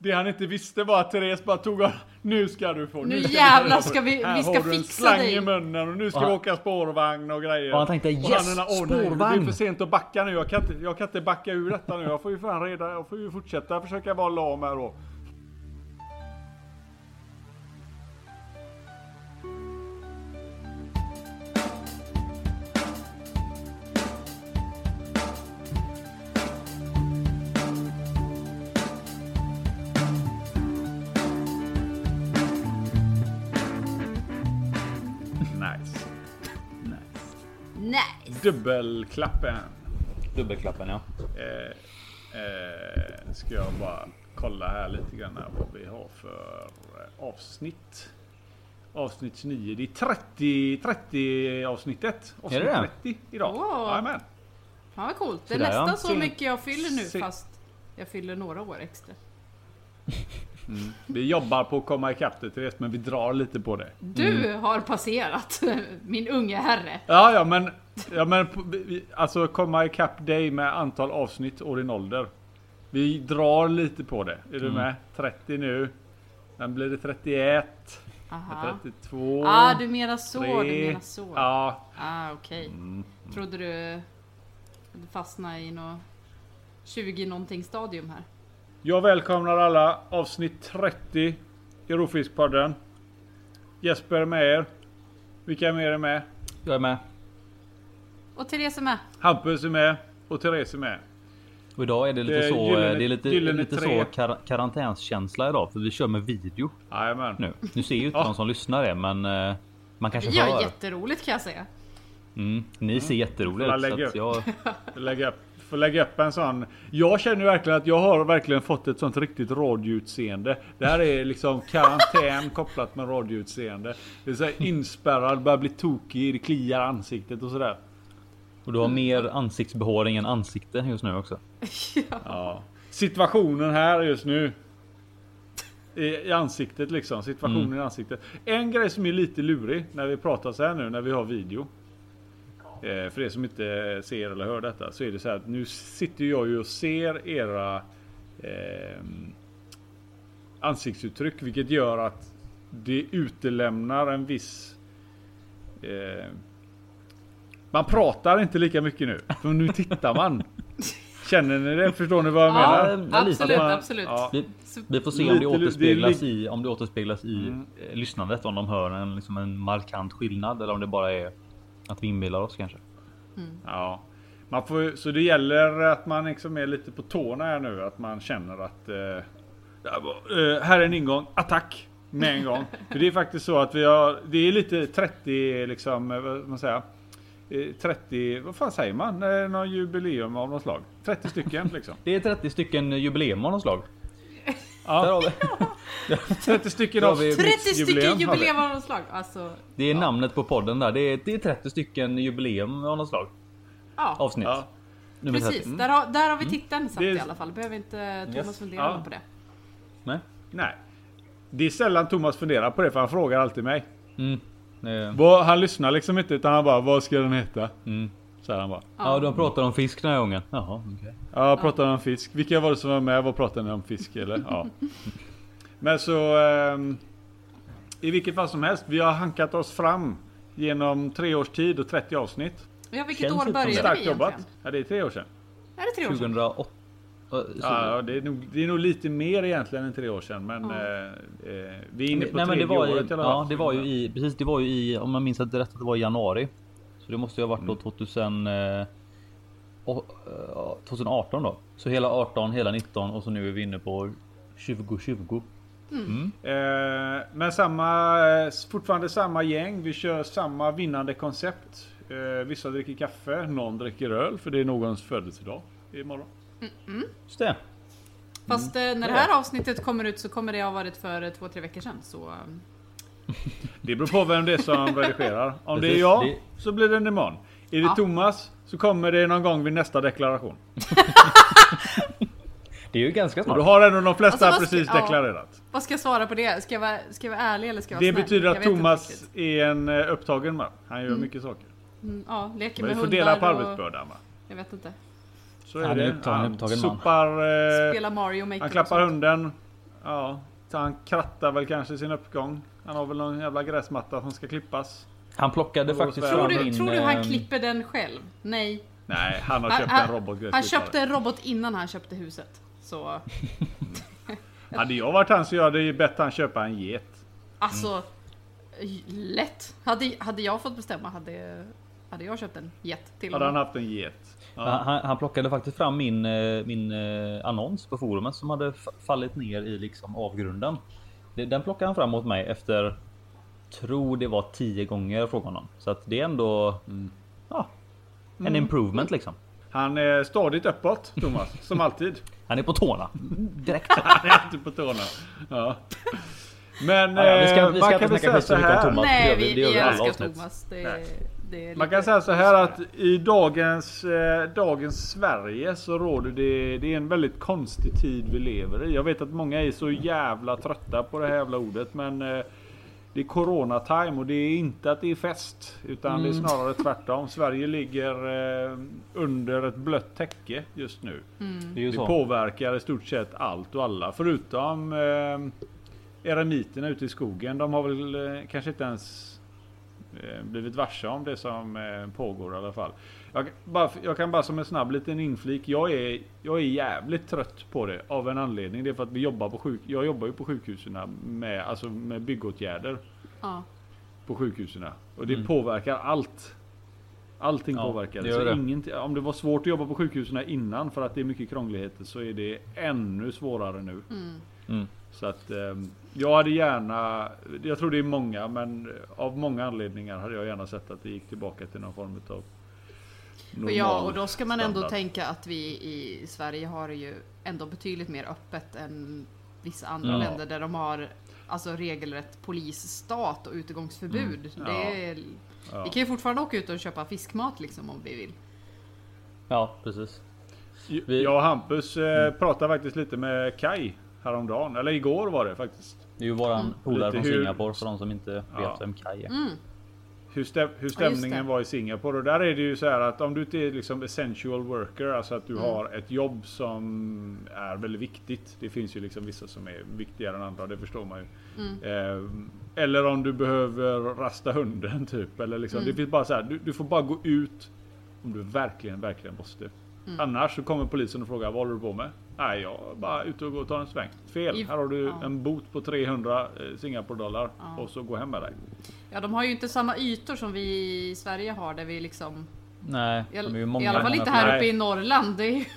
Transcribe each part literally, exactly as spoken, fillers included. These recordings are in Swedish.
Det han inte visste var att Therese bara tog och, nu ska du få. Nu, nu ska jävlar ska vi, här vi ska har du en fixa slang dig. i munnen och nu ska Och vi han- åka spårvagn och grejer. Och han tänkte, yes, Och han, åh, nej, spårvagn. det är för sent att backa nu. Jag kan inte, jag kan inte backa ur detta nu. Jag får ju fan reda, jag får ju fortsätta försöka vara lam här då. Nice. Nice. Nice. Dubbelklappen. Dubbelklappen, ja. Eh, eh, ska jag bara kolla här lite grann här vad vi har för eh, avsnitt. Avsnitt tjugonio. Det är trettio, trettio avsnittet. Avsnitt Är det det? trettio idag. Åh. Jajamän. Ja, vad coolt. Det är Sådär, ja. nästan så Se- mycket jag fyller nu se- fast jag fyller några år extra. Vi jobbar på att komma ikapp det, Therese, men vi drar lite på det. Du Mm. har passerat min unge herre. Ja, ja, men, ja, men på- vi- alltså komma ikapp dig med antal avsnitt och din ålder. Vi drar lite på det. Är du Mm. med? trettio nu. Sen blir det trettioett. Aha. trettiotvå. Ah, du menar så, tre. du menar så. Ja. Ah, okej. Mm. Trodde du du fastnade i något tjugo någonting stadium här. Jag välkomnar alla. Avsnitt trettio i Rovfiskpodden. Jesper är med er. Vilka mer är med? Jag är med. Och Therese är med. Hampus är med. Och Therese är med. Och idag är det lite Det är så, gyllene- det är lite, gyllene lite tre. så kar karantänskänsla idag. För vi kör med video Jajamän. nu. Nu ser ju inte Ja. de som lyssnar det, men eh, man kanske Vi gör hör. jätteroligt kan jag säga. Mm, ni ser jätteroliga Får ut. Så lägga att jag, Får lägga upp, får lägga upp en sån. Jag känner verkligen att jag har verkligen fått ett sånt riktigt radioutseende. Det här är liksom karantän kopplat med radioutseende. Det är så här inspärrad, börjar bli tokig, det kliar ansiktet och sådär. och du har mer ansiktsbehåring än ansikte just nu också. Ja. Situationen här just nu. I, i ansiktet liksom. Situationen Mm. i ansiktet. En grej som är lite lurig när vi pratar så här nu när vi har video. Eh, för er som inte ser eller hör detta så är det så här att nu sitter jag ju och ser era eh, ansiktsuttryck, vilket gör att det utelämnar en viss eh, man pratar inte lika mycket nu, för nu tittar man. Känner ni det? Förstår ni vad jag Ja, menar? Ja, lite. absolut, Att man- absolut. ja. Vi, Så- vi får se om det Lite- återspeglas det är i om det återspeglas i Mm. eh, lyssnandet, om de hör en, liksom en markant skillnad eller om det bara är att vi inbillar oss kanske. Ja. Man får, så det gäller att man liksom är lite på tårna här nu. Att man känner att eh, eh, här är en ingång, attack med en gång. För det är faktiskt så att vi har, det är lite trettio liksom, eh, vad man säger, eh, trettio, vad fan säger man? Eh, Någon jubileum av något slag. trettio stycken liksom. Det är trettio stycken jubileum av något slag. Där Ja, har vi. trettio stycken Då har av vi- trettio stycken har vi. jubileum av något slag. Alltså, Det är namnet på podden där. Det är, det är trettio stycken jubileum av något slag. ja, Avsnitt. Ja. Nummer precis. trettio. Där har, där har vi tittaren satt Det är- i alla fall. Behöver inte Thomas Yes. fundera Ja. på det. Nej. Nej. Det är sällan Thomas funderar på det, för han frågar alltid mig. Mm. Eh, Vad, han lyssnar liksom inte, utan han bara, vad ska den heta? Mm. Så han bara. Ja, de pratar om fisk den här gången. Jaha, okej. Ja, jag pratade om fisk. Vilka var det som var med? Vad pratade ni om? Fisk eller? Ja. Men så ehm, i vilket fall som helst, vi har hankat oss fram genom tre års tid och trettio avsnitt. Ja, vilket Känns år lite som började vi Starkt egentligen? jobbat. Ja, det är tre år sedan. Är det tre år sedan? tjugohundraåtta. Ja, det är, nog, det är nog lite mer egentligen än tre år sedan, men Ja. eh, eh, vi är inne på Nej, men tredje det var ju, året i alla ja, fall. det var ju i, precis, det var ju i, om man minns att det rätt, att det var i januari. Så det måste ju ha varit Mm. då tjugohundratusen, eh, och, eh, tjugoarton då. Så hela arton, hela nitton och så nu är vi inne på tjugo tjugo. Mm. Eh, men samma, eh, fortfarande samma gäng. Vi kör samma vinnande koncept. Eh, vissa dricker kaffe, någon dricker öl, för det är någons födelsedag imorgon. Just det. Fast eh, när det här avsnittet kommer ut så kommer det ha varit för eh, två, tre veckor sedan. Så eh, Det beror på vem det är som redigerar. Om det är Precis, jag det- så blir det en imorgon. Är det Ja. Thomas så kommer det någon gång vid nästa deklaration. Det är ju ganska Och smart. då har ändå de flesta Alltså, vad ska- precis ja. deklarerat. vad ska jag svara på det? Ska jag vara, ska jag vara ärlig eller ska jag vara Det snäll? betyder Jag att vet inte Thomas riktigt. är en eh, upptagen man. Han gör mycket saker. Mm, ja, leker Men vi med får hundar dela på och... arbetsbördan, va? Jag vet inte. Så är Han är det. upptagen- Han upptagen man. sopar... Eh, Spela Mario Maker han och klappar sånt. hunden. ja, så han krattar väl kanske sin uppgång. Han har väl någon jävla gräsmatta som ska klippas. Han plockade faktiskt Tror fram du, min... tror du han eh, klipper den själv? Nej. Nej, han har Han, köpt en han, robotgräsklippare. han köpte en robot innan han köpte huset. Så Hade jag varit han så jag hade ju bett han köpa en get. alltså lätt. Hade, hade jag fått bestämma hade, hade jag köpt en jet till Hade han honom. haft en get. Ja. han, han plockade faktiskt fram min, eh, min eh, annons på forumet som hade f- fallit ner i liksom avgrunden. Det- Den plockade han fram åt mig efter, tror det var tio gånger från honom. Så att det är ändå ja, en improvement liksom. Han är stadigt uppåt, Thomas, som alltid. Han är på tårna. Direkt. Han är alltid på tårna. Ja. Men Ja, ja, vi ska- eh, vi ska man inte kan väl snacka säga skit så så mycket om här. Thomas. Nej, det gör vi- vi, det gör vi vi i alla älskar avsnitt. Thomas. Det, Nej. det är Man lite kan säga så här sådär. att i dagens, eh, dagens Sverige så råder det, det är en väldigt konstig tid vi lever i. Jag vet att många är så jävla trötta på det här jävla ordet, men eh, det är corona-time och det är inte att det är fest, utan det är snarare tvärtom. Sverige ligger eh, under ett blött täcke just nu. Det är ju Det så. påverkar i stort sett allt och alla, förutom eh, eremiterna ute i skogen. De har väl eh, kanske inte ens eh, blivit varse om det som eh, pågår i alla fall. Jag, bara, jag kan bara som en snabb liten inflik. Jag är, jag är jävligt trött på det av en anledning. Det är för att vi jobbar på sjuk, jag jobbar ju på sjukhusen med, alltså med byggåtgärder Ja. på sjukhusen. Och det påverkar allt. Allting Ja, påverkar. det gör Så det. ingenting, om det var svårt att jobba på sjukhusen innan för att det är mycket krångligheter, så är det ännu svårare nu. Mm. Så att eh, jag hade gärna, jag tror det är många, men av många anledningar hade jag gärna sett att det gick tillbaka till någon form av Och ja, och då ska man ändå standard. tänka att vi i Sverige har det ju ändå betydligt mer öppet än vissa andra Ja. länder där de har alltså regelrätt polisstat och utegångsförbud. Mm. Det är, Ja. Vi kan ju fortfarande åka ut och köpa fiskmat liksom om vi vill. Ja, precis. Vi- Jag och Hampus eh, pratade faktiskt lite med Kai häromdagen, eller igår var det faktiskt. Det är ju våran polare Lite från hur- Singapore för de som inte vet Ja. vem Kai är. Mm. Hur, stäm, hur stämningen det. var i Singapore. Och där är det ju så här att om du inte är liksom essential worker, alltså att du Mm. har ett jobb som är väldigt viktigt. Det finns ju liksom vissa som är viktigare än andra, det förstår man ju. Mm. Eh, eller om du behöver rasta hunden typ. Eller liksom, Mm. det finns bara så här, du, du får bara gå ut om du verkligen, verkligen måste. Mm. Annars så kommer polisen och frågar, vad håller du på med? Nej, jag är bara ute och går och tar en sväng. Fel, I- här har du ja. en bot på trehundra eh, Singapore dollar Ja. och så gå hem med dig. Ja, de har ju inte samma ytor som vi i Sverige har där vi liksom Nej, I, de är ju all, många, I alla fall många inte här fler. uppe i Norrland. Det är ju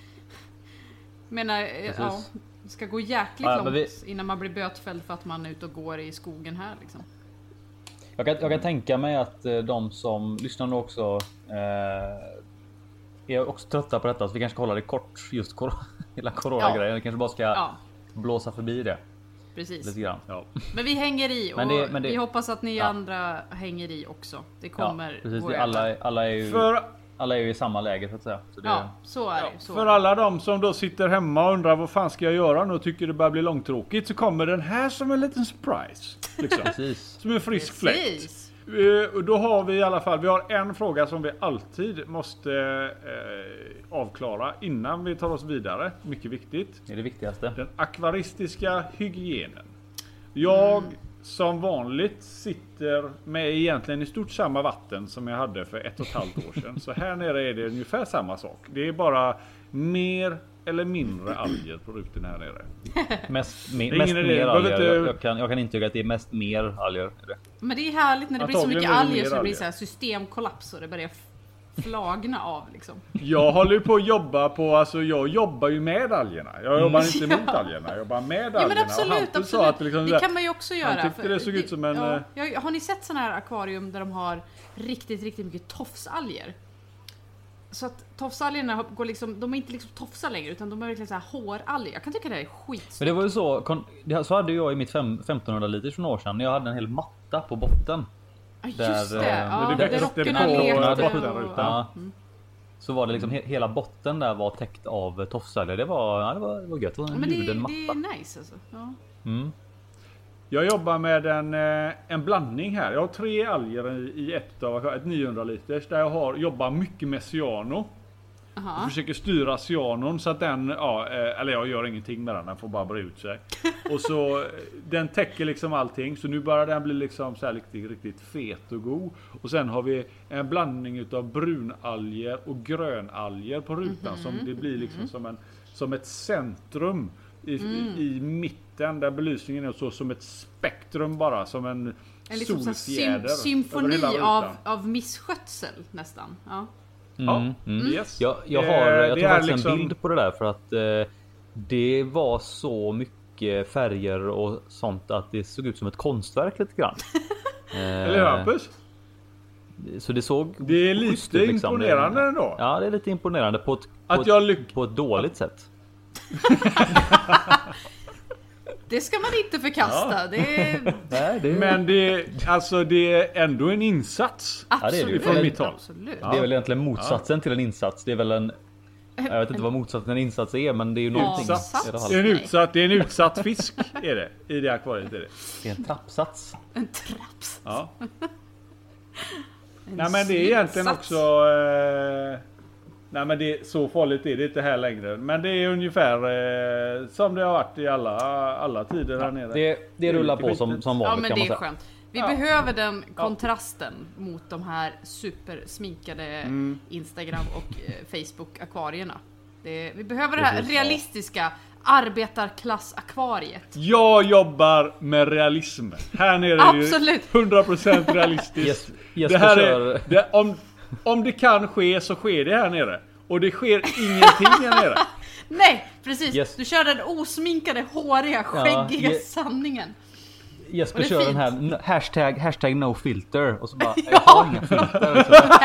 menar, eh, ja, Precis. det ska gå jäkligt Ja, men långt vi- innan man blir bötfälld för att man är ute och går i skogen här liksom. Jag kan, jag kan tänka mig att eh, de som lyssnar nu också eh, är också trötta på detta, så vi kanske ska hålla det kort, just kor hela corona-grejen. Vi kanske bara ska Ja, blåsa förbi det precis. lite grann. Ja. Men vi hänger i och Men det- men det- vi hoppas att ni ja. andra hänger i också. Det kommer Ja, precis. gå Det, över. alla, alla, är ju, För alla är ju i samma läge så att säga. Så det, Ja, så är det. Så För är det. alla de som då sitter hemma och undrar vad fan ska jag göra nu och tycker det börjar bli långtråkigt, så kommer den här som en liten surprise. Liksom. Precis. Som en frisk fläkt. Precis. Eh, och då har vi i alla fall, vi har en fråga som vi alltid måste eh, avklara innan vi tar oss vidare. Mycket viktigt. Det är det viktigaste. Den akvaristiska hygienen. Jag som vanligt sitter med egentligen i stort samma vatten som jag hade för ett och ett halvt år sedan. Så här nere är det ungefär samma sak. Det är bara mer eller mindre alger på rutorn här nere. Mest, är me, ingen mest idé. mer Du behöver alger. inte- Jag, jag, kan, jag kan intyga att det är mest mer alger. Är det. Men det är härligt när det blir så Antagligen mycket är det alger mer så det blir alger. så här systemkollaps och det börjar f- flagna av liksom. Jag håller ju på att jobba på, alltså jag jobbar ju med algerna. Jag jobbar inte mot algerna, jag jobbar med algerna. Ja men absolut, Och Hampus absolut. sa att liksom, det kan man ju också göra. han tyckte för det såg ut som en, Ja, eh, jag, har ni sett såna här akvarium där de har riktigt, riktigt mycket tofsalger? Så att tofsalgerna har- går liksom, de är inte liksom tofsar längre utan de är verkligen så här håralger. Jag kan tycka det här är skitsvårt. Men det var ju så. kon- det- Så hade jag i mitt fem, femtonhundra liters för några år sedan. När jag hade en hel matta på botten. Ja, just där, det. eh, Ja, det där växte rockorna på lekte. bottenrutan. och- Ja. Mm. Så var det liksom he, hela botten där var täckt av tofsalger. Det var, ja, det var, det var gött. Det var Ja, en men det, ljuden det matta. är nice alltså. Ja. Mm. Jag jobbar med en, eh, en blandning här. Jag har tre alger i, i ett av ett niohundra liters där jag har jobbar mycket med cyano. Aha. och försöker styra cyanon så att den, ja, eller jag gör ingenting med den, den får bara bre ut sig. Och så, den täcker liksom allting, så nu börjar den bli liksom så här riktigt, riktigt fet och god. Och sen har vi en blandning utav brunalger och grönalger på rutan, mm-hmm. som det blir liksom mm-hmm. som, en, som ett centrum i, mm. i, i mitten där belysningen är så som ett spektrum bara, som en En liksom solfjäder. Sym- symfoni av, av misskötsel nästan. Ja. Mm, mm. Yes. Jag, jag har jag tar faktiskt liksom en bild på det där för att eh, det var så mycket färger och sånt att det såg ut som ett konstverk lite grann. eh, Eller Hampus? Så det såg det är lite ut, liksom. Imponerande det, ändå. Ja, det är lite imponerande på ett, att på jag ett, lyck- på ett dåligt sätt. Det ska man inte förkasta. Ja. Det är... Nej, det är... Men det, alltså, det är ändå en insats. Absolut. Ja, det är det. Från mitt håll. Absolut. Det är väl egentligen motsatsen ja. till en insats. Det är väl en... Jag vet inte vad motsatsen till en insats är, men det är ju någonting. Det är en utsatt, det är en utsatt fisk är det. I det akvariet är det. Det är en trappsats. En trappsats. Ja. Nej, men det är egentligen också... Eh... Nej, men det, så farligt är det inte här längre. Men det är ungefär eh, som det har varit i alla, alla tider ja, här nere. Det, det rullar på som, som vanligt. Ja, men kan det man är säga. skönt. Vi ja. behöver den kontrasten ja. mot de här supersminkade mm. Instagram och eh, Facebook-akvarierna. Det, vi behöver det här realistiska arbetarklass-akvariet. Jag jobbar med realism. Här nere är det hundra procent realistiskt. Yes, yes, det här är, det, om, om det kan ske så sker det här nere. Och det sker ingenting här nere. Nej, precis. Yes. Du kör den osminkade, håriga, skäggiga ja, sanningen. Jesper kör fint. den här hashtag, hashtag no filter. Och så bara, ja. jag har inga filter.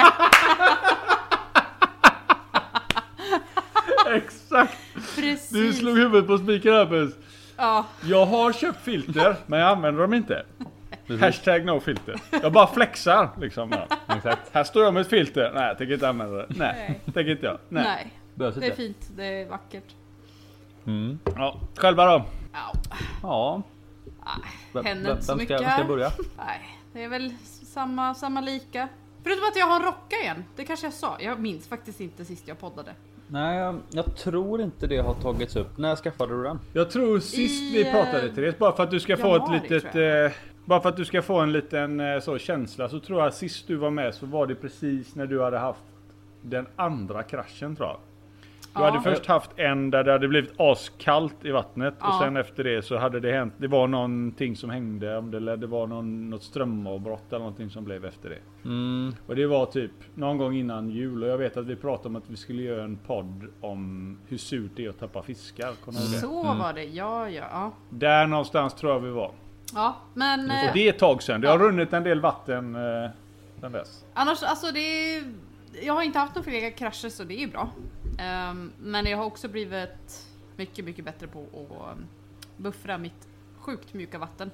Exakt. Precis. Du slog huvudet på spiken här, Pus. Ja. Jag har köpt filter, men jag använder dem inte. Hashtag no filter. Jag bara flexar liksom. Ja. Exakt. Här står jag med ett filter. Nej, jag tänker inte använda det. Nej, Nej. tänker inte jag. Nej. Nej. Det är inte. fint, det är vackert. Mm. Ja, själva då? Ja. Ja. Nej, händer inte så mycket. Vem ska börja? Nej, det är väl samma, samma lika. Förutom att jag har en rocka igen. Det kanske jag sa. Jag minns faktiskt inte sist jag poddade. Nej, jag, jag tror inte det har tagits upp. När skaffade du den? Jag tror sist I, vi pratade till det. Bara för att du ska få ett litet... Eh, bara för att du ska få en liten eh, så, känsla. Så tror jag sist du var med så var det precis när du hade haft den andra kraschen, tror jag. Du ja. hade först haft en där det hade blivit askallt i vattnet. Ja. Och sen efter det så hade det hänt. Det var någonting som hängde. Om det, det var någon, något strömavbrott eller någonting som blev efter det. Mm. Och det var typ någon gång innan jul. Och jag vet att vi pratade om att vi skulle göra en podd om hur surt det är att tappa fiskar. Kommer mm. det? Så mm. var det, ja, ja, ja. Där någonstans tror jag vi var. Ja, men... Och det är ett tag sedan. Det har ja. runnit en del vatten eh, sedan dess. Annars, alltså det är... Jag har inte haft några fler krascher så det är ju bra. Um, men jag har också blivit mycket, mycket bättre på att um, buffra mitt sjukt mjuka vatten.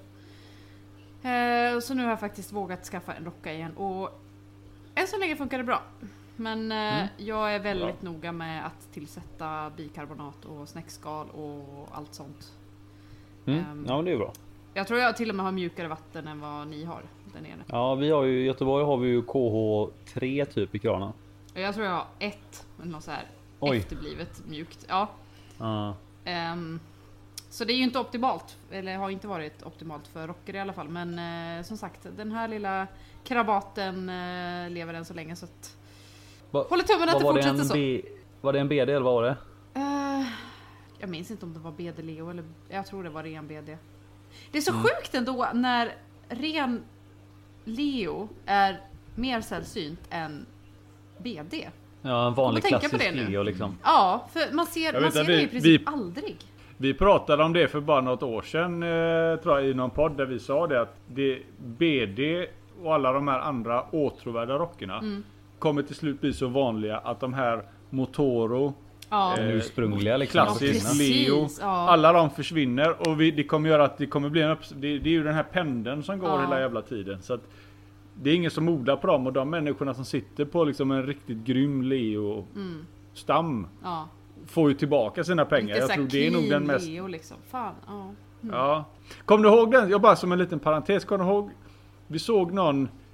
Uh, så nu har jag faktiskt vågat skaffa en rocka igen. Och än så länge funkar det bra. Men uh, mm. jag är väldigt bra. noga med att tillsätta bikarbonat och snäckskal och allt sånt. Mm. Um, ja, det är bra. Jag tror jag till och med har mjukare vatten än vad ni har där nere. Ja, vi har ju i Göteborg har vi ju K H tre typ i kranen. Jag tror jag har ett, något så här Oj. efterblivet mjukt. Ja. Uh. Um, så det är ju inte optimalt, eller har inte varit optimalt för rocker i alla fall. Men uh, som sagt, den här lilla krabaten uh, lever än så länge så att Va, håller tummen att det fortsätter så. B, var det en B D eller vad var det? Uh, jag minns inte om det var B D Leo eller jag tror det var ren B D. Det är så mm. sjukt ändå när ren Leo är mer sällsynt än B D. Ja, en vanlig klassisk Leo liksom. Ja, för man ser, man ser vi, det i princip vi, aldrig. Vi pratade om det för bara något år sedan eh, tror jag, i någon podd där vi sa det att det, B D och alla de här andra åtråvärda rockerna mm. kommer till slut bli så vanliga att de här Motoro ja. eh, ursprungliga liksom, klassisk ja, Leo ja. alla de försvinner och vi, det kommer göra att det kommer bli en upp, det, det är ju den här pendeln som går ja. hela jävla tiden så att det är ingen som odlar på dem och de människorna som sitter på liksom en riktigt grym Leo mm. stam ja. får ju tillbaka sina pengar. Lite jag tror det är nog den mest Leo liksom. Fan, ja. Mm. Ja. Kom du ihåg den? Jag bara som en liten parentes, kom du ihåg? Vi såg någon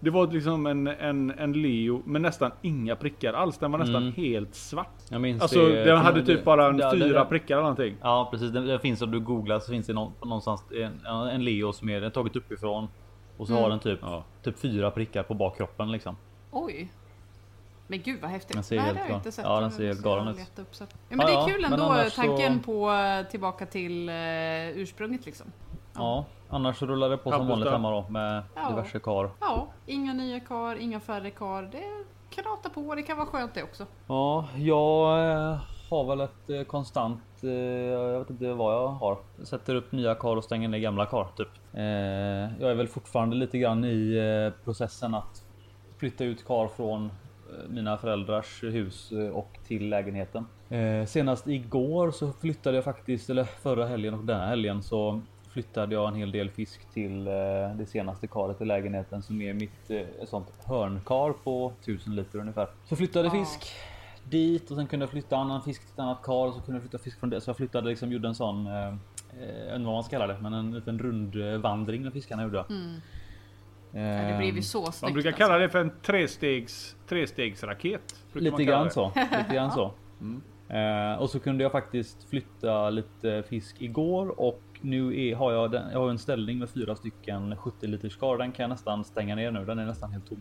Det var liksom en, en, en Leo med nästan inga prickar alls. Den var nästan Mm. helt svart. Jag minns Alltså det, den hade det- typ bara en det- fyra det- prickar eller någonting. Ja precis, det, det finns om du googlar så finns det någon, någonstans en, en Leo som är den är taget uppifrån. Och så Mm. har den typ, Ja. typ fyra prickar på bakkroppen liksom. Oj. Men gud vad häftigt. Den ser Nej, helt det har jag galen. inte sett. Ja, den Jag ser helt måste galen ut. leta upp så. Ja, men Ja, det är ja, kul men ändå annars så- tanken på eh, tillbaka till uh, ursprunget liksom. Ja, annars så rullar det på som Hampus vanligt då? hemma då med Ja. diverse kar. Ja, inga nya kar, inga färre kar. Det knatar på, det kan vara skönt det också. Ja, jag eh, har väl ett eh, konstant, eh, jag vet inte vad jag har. Jag sätter upp nya kar och stänger ner gamla kar typ. Eh, jag är väl fortfarande lite grann i eh, processen att flytta ut kar från eh, mina föräldrars hus eh, och till lägenheten. Eh, senast igår så flyttade jag faktiskt, eller förra helgen och denna helgen så flyttade jag en hel del fisk till eh, det senaste karet i lägenheten som är mitt eh, ett sånt hörnkar på tusen liter ungefär. Så flyttade Ja. fisk dit och sen kunde jag flytta annan fisk till ett annat kar och så kunde jag flytta fisk från det. Så jag flyttade liksom, gjorde en sån, eh, eh, jag vet inte vad man ska kalla det, men en liten rundvandring med fiskarna gjorde jag. Mm. Eh, Ja, det blir ju så snyggt. Man brukar alltså. kalla det för en trestegs, trestegsraket. brukar man Lite kalla grann det. så. Lite grann så. Mm. Eh, och så kunde jag faktiskt flytta lite fisk igår och nu är, har jag, den, jag har en ställning med fyra stycken sjuttio liters kar. Den kan jag nästan stänga ner nu. Den är nästan helt tom.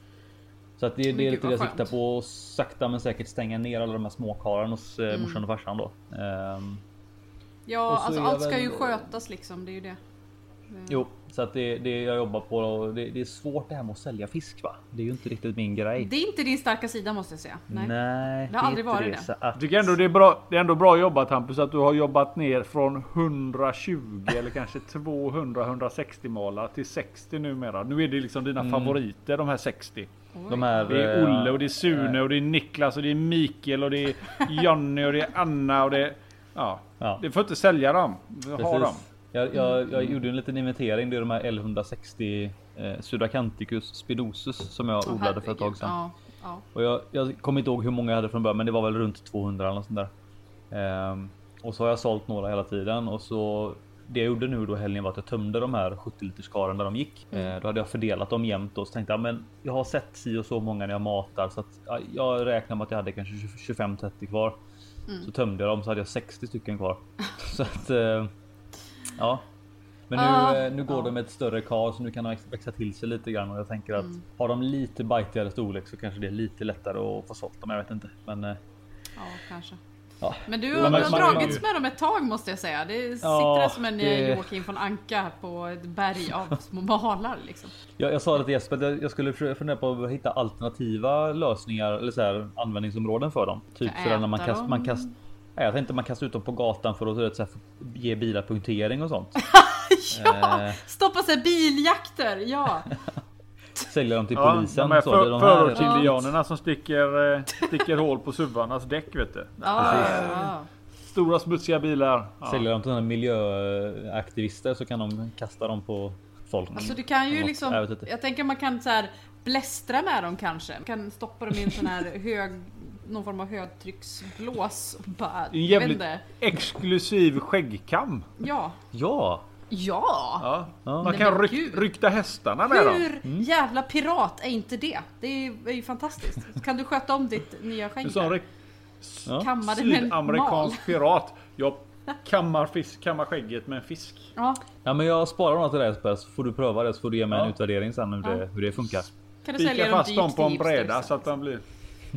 Så att det, Men det är gud, lite det vad jag siktar skönt. på. Sakta men säkert stänga ner alla de här småkaren hos eh, Mm. morsan och farsan då. Ehm, Ja, Och så alltså är jag allt ska väl- ju skötas liksom, det är ju det. Det- jo, så att det, det jag jobbar på och det, det är svårt det här med att sälja fisk va? Det är ju inte riktigt min grej. Det är inte din starka sida måste jag säga. Nej. Nej, Det har är aldrig inte varit det. Så att, Jag tycker ändå det är bra. Det är ändå bra jobbat Hampus att du har jobbat ner från hundratjugo eller kanske tvåhundra till hundrasextio målar till sextio numera. Nu är det liksom dina Mm. favoriter de här sextio. Oj. de här, Det är eh, Olle och det är Sune och det är Niklas och det är Mikael och det är Jonny och det är Anna och det är... Ja, Ja. det får inte sälja dem. Ha dem. Precis. Jag, jag, jag gjorde en liten inventering. Det är de här L hundrasextio eh, Sudacanthicus spidosus som jag Åh, odlade för ett tag herregud. sedan. Ja, ja. Och jag, jag kommer inte ihåg hur många jag hade från början, men det var väl runt tvåhundra eller något sånt där. Ehm, och så har jag sålt några hela tiden och så det jag gjorde nu då helgen var att jag tömde de här sjuttio liters karen där de gick. Mm. Eh, då hade jag fördelat dem jämnt och så tänkte jag men jag har sett si och så många när jag matar så att ja, jag räknar med att jag hade kanske tjugofem trettio kvar. Mm. Så tömde jag dem så hade jag sextio stycken kvar. Så att eh, ja. Men nu, Ah, eh, nu går ja. de med ett större kar så nu kan de växa- växa till sig lite grann och jag tänker att Mm. har de lite bajtigare storlek så kanske det är lite lättare att få sålt dem, jag vet inte. Men eh, Ja, kanske. ja. Men du, Men du man- har man- dragits med dem ett tag måste jag säga. Det sitter Ja, där som en det- det... Joakim von Anka på ett berg av små malar liksom. Jag, jag sa det till Jesper att jag, jag skulle försöka fundera på att hitta alternativa lösningar eller så här, användningsområden för dem. Typ Kan sådär när man äta kast, dem. man kast, nej, jag tänkte man kastar ut dem på gatan för att så här, så här, ge bilar punktering och sånt. Ja! Eh. Stoppa sig biljakter, ja! Sälja dem till Ja, polisen. de här så, det är för, de här- förortsindianerna som sticker, eh, sticker hål på suvarnas däck vet du. Ja, ja. Stora smutsiga bilar. Ja. Säljer dem till sådana miljöaktivister så kan de kasta dem på folk. Alltså du kan ju Något, liksom, jag vet inte. jag tänker man kan så här blästra med dem kanske. Man kan stoppa dem i en sån här hög, någon form av högtrycksblås. Och bara, En jag vet jävligt inte. exklusiv skäggkam. Ja. Ja! Ja! Ja. Ja. Man Nej, kan men ryk, gud. rykta hästarna med dem. Hur jävla pirat är inte det? Det är ju, är ju fantastiskt. Kan du sköta om ditt nya skägg En sån där? rik- Ja. Kammade med en mal. sydamerikansk pirat. Jag kammar, fisk, kammar skägget med en fisk. Ja, Ja men jag sparar dem till dig Jesper, så får du pröva det så får du ge mig en Ja. utvärdering sen hur, det, Ja. hur det funkar. kan du sälja Spika dem fast dyrt dem på en till bräda hipsters så att sen? de blir...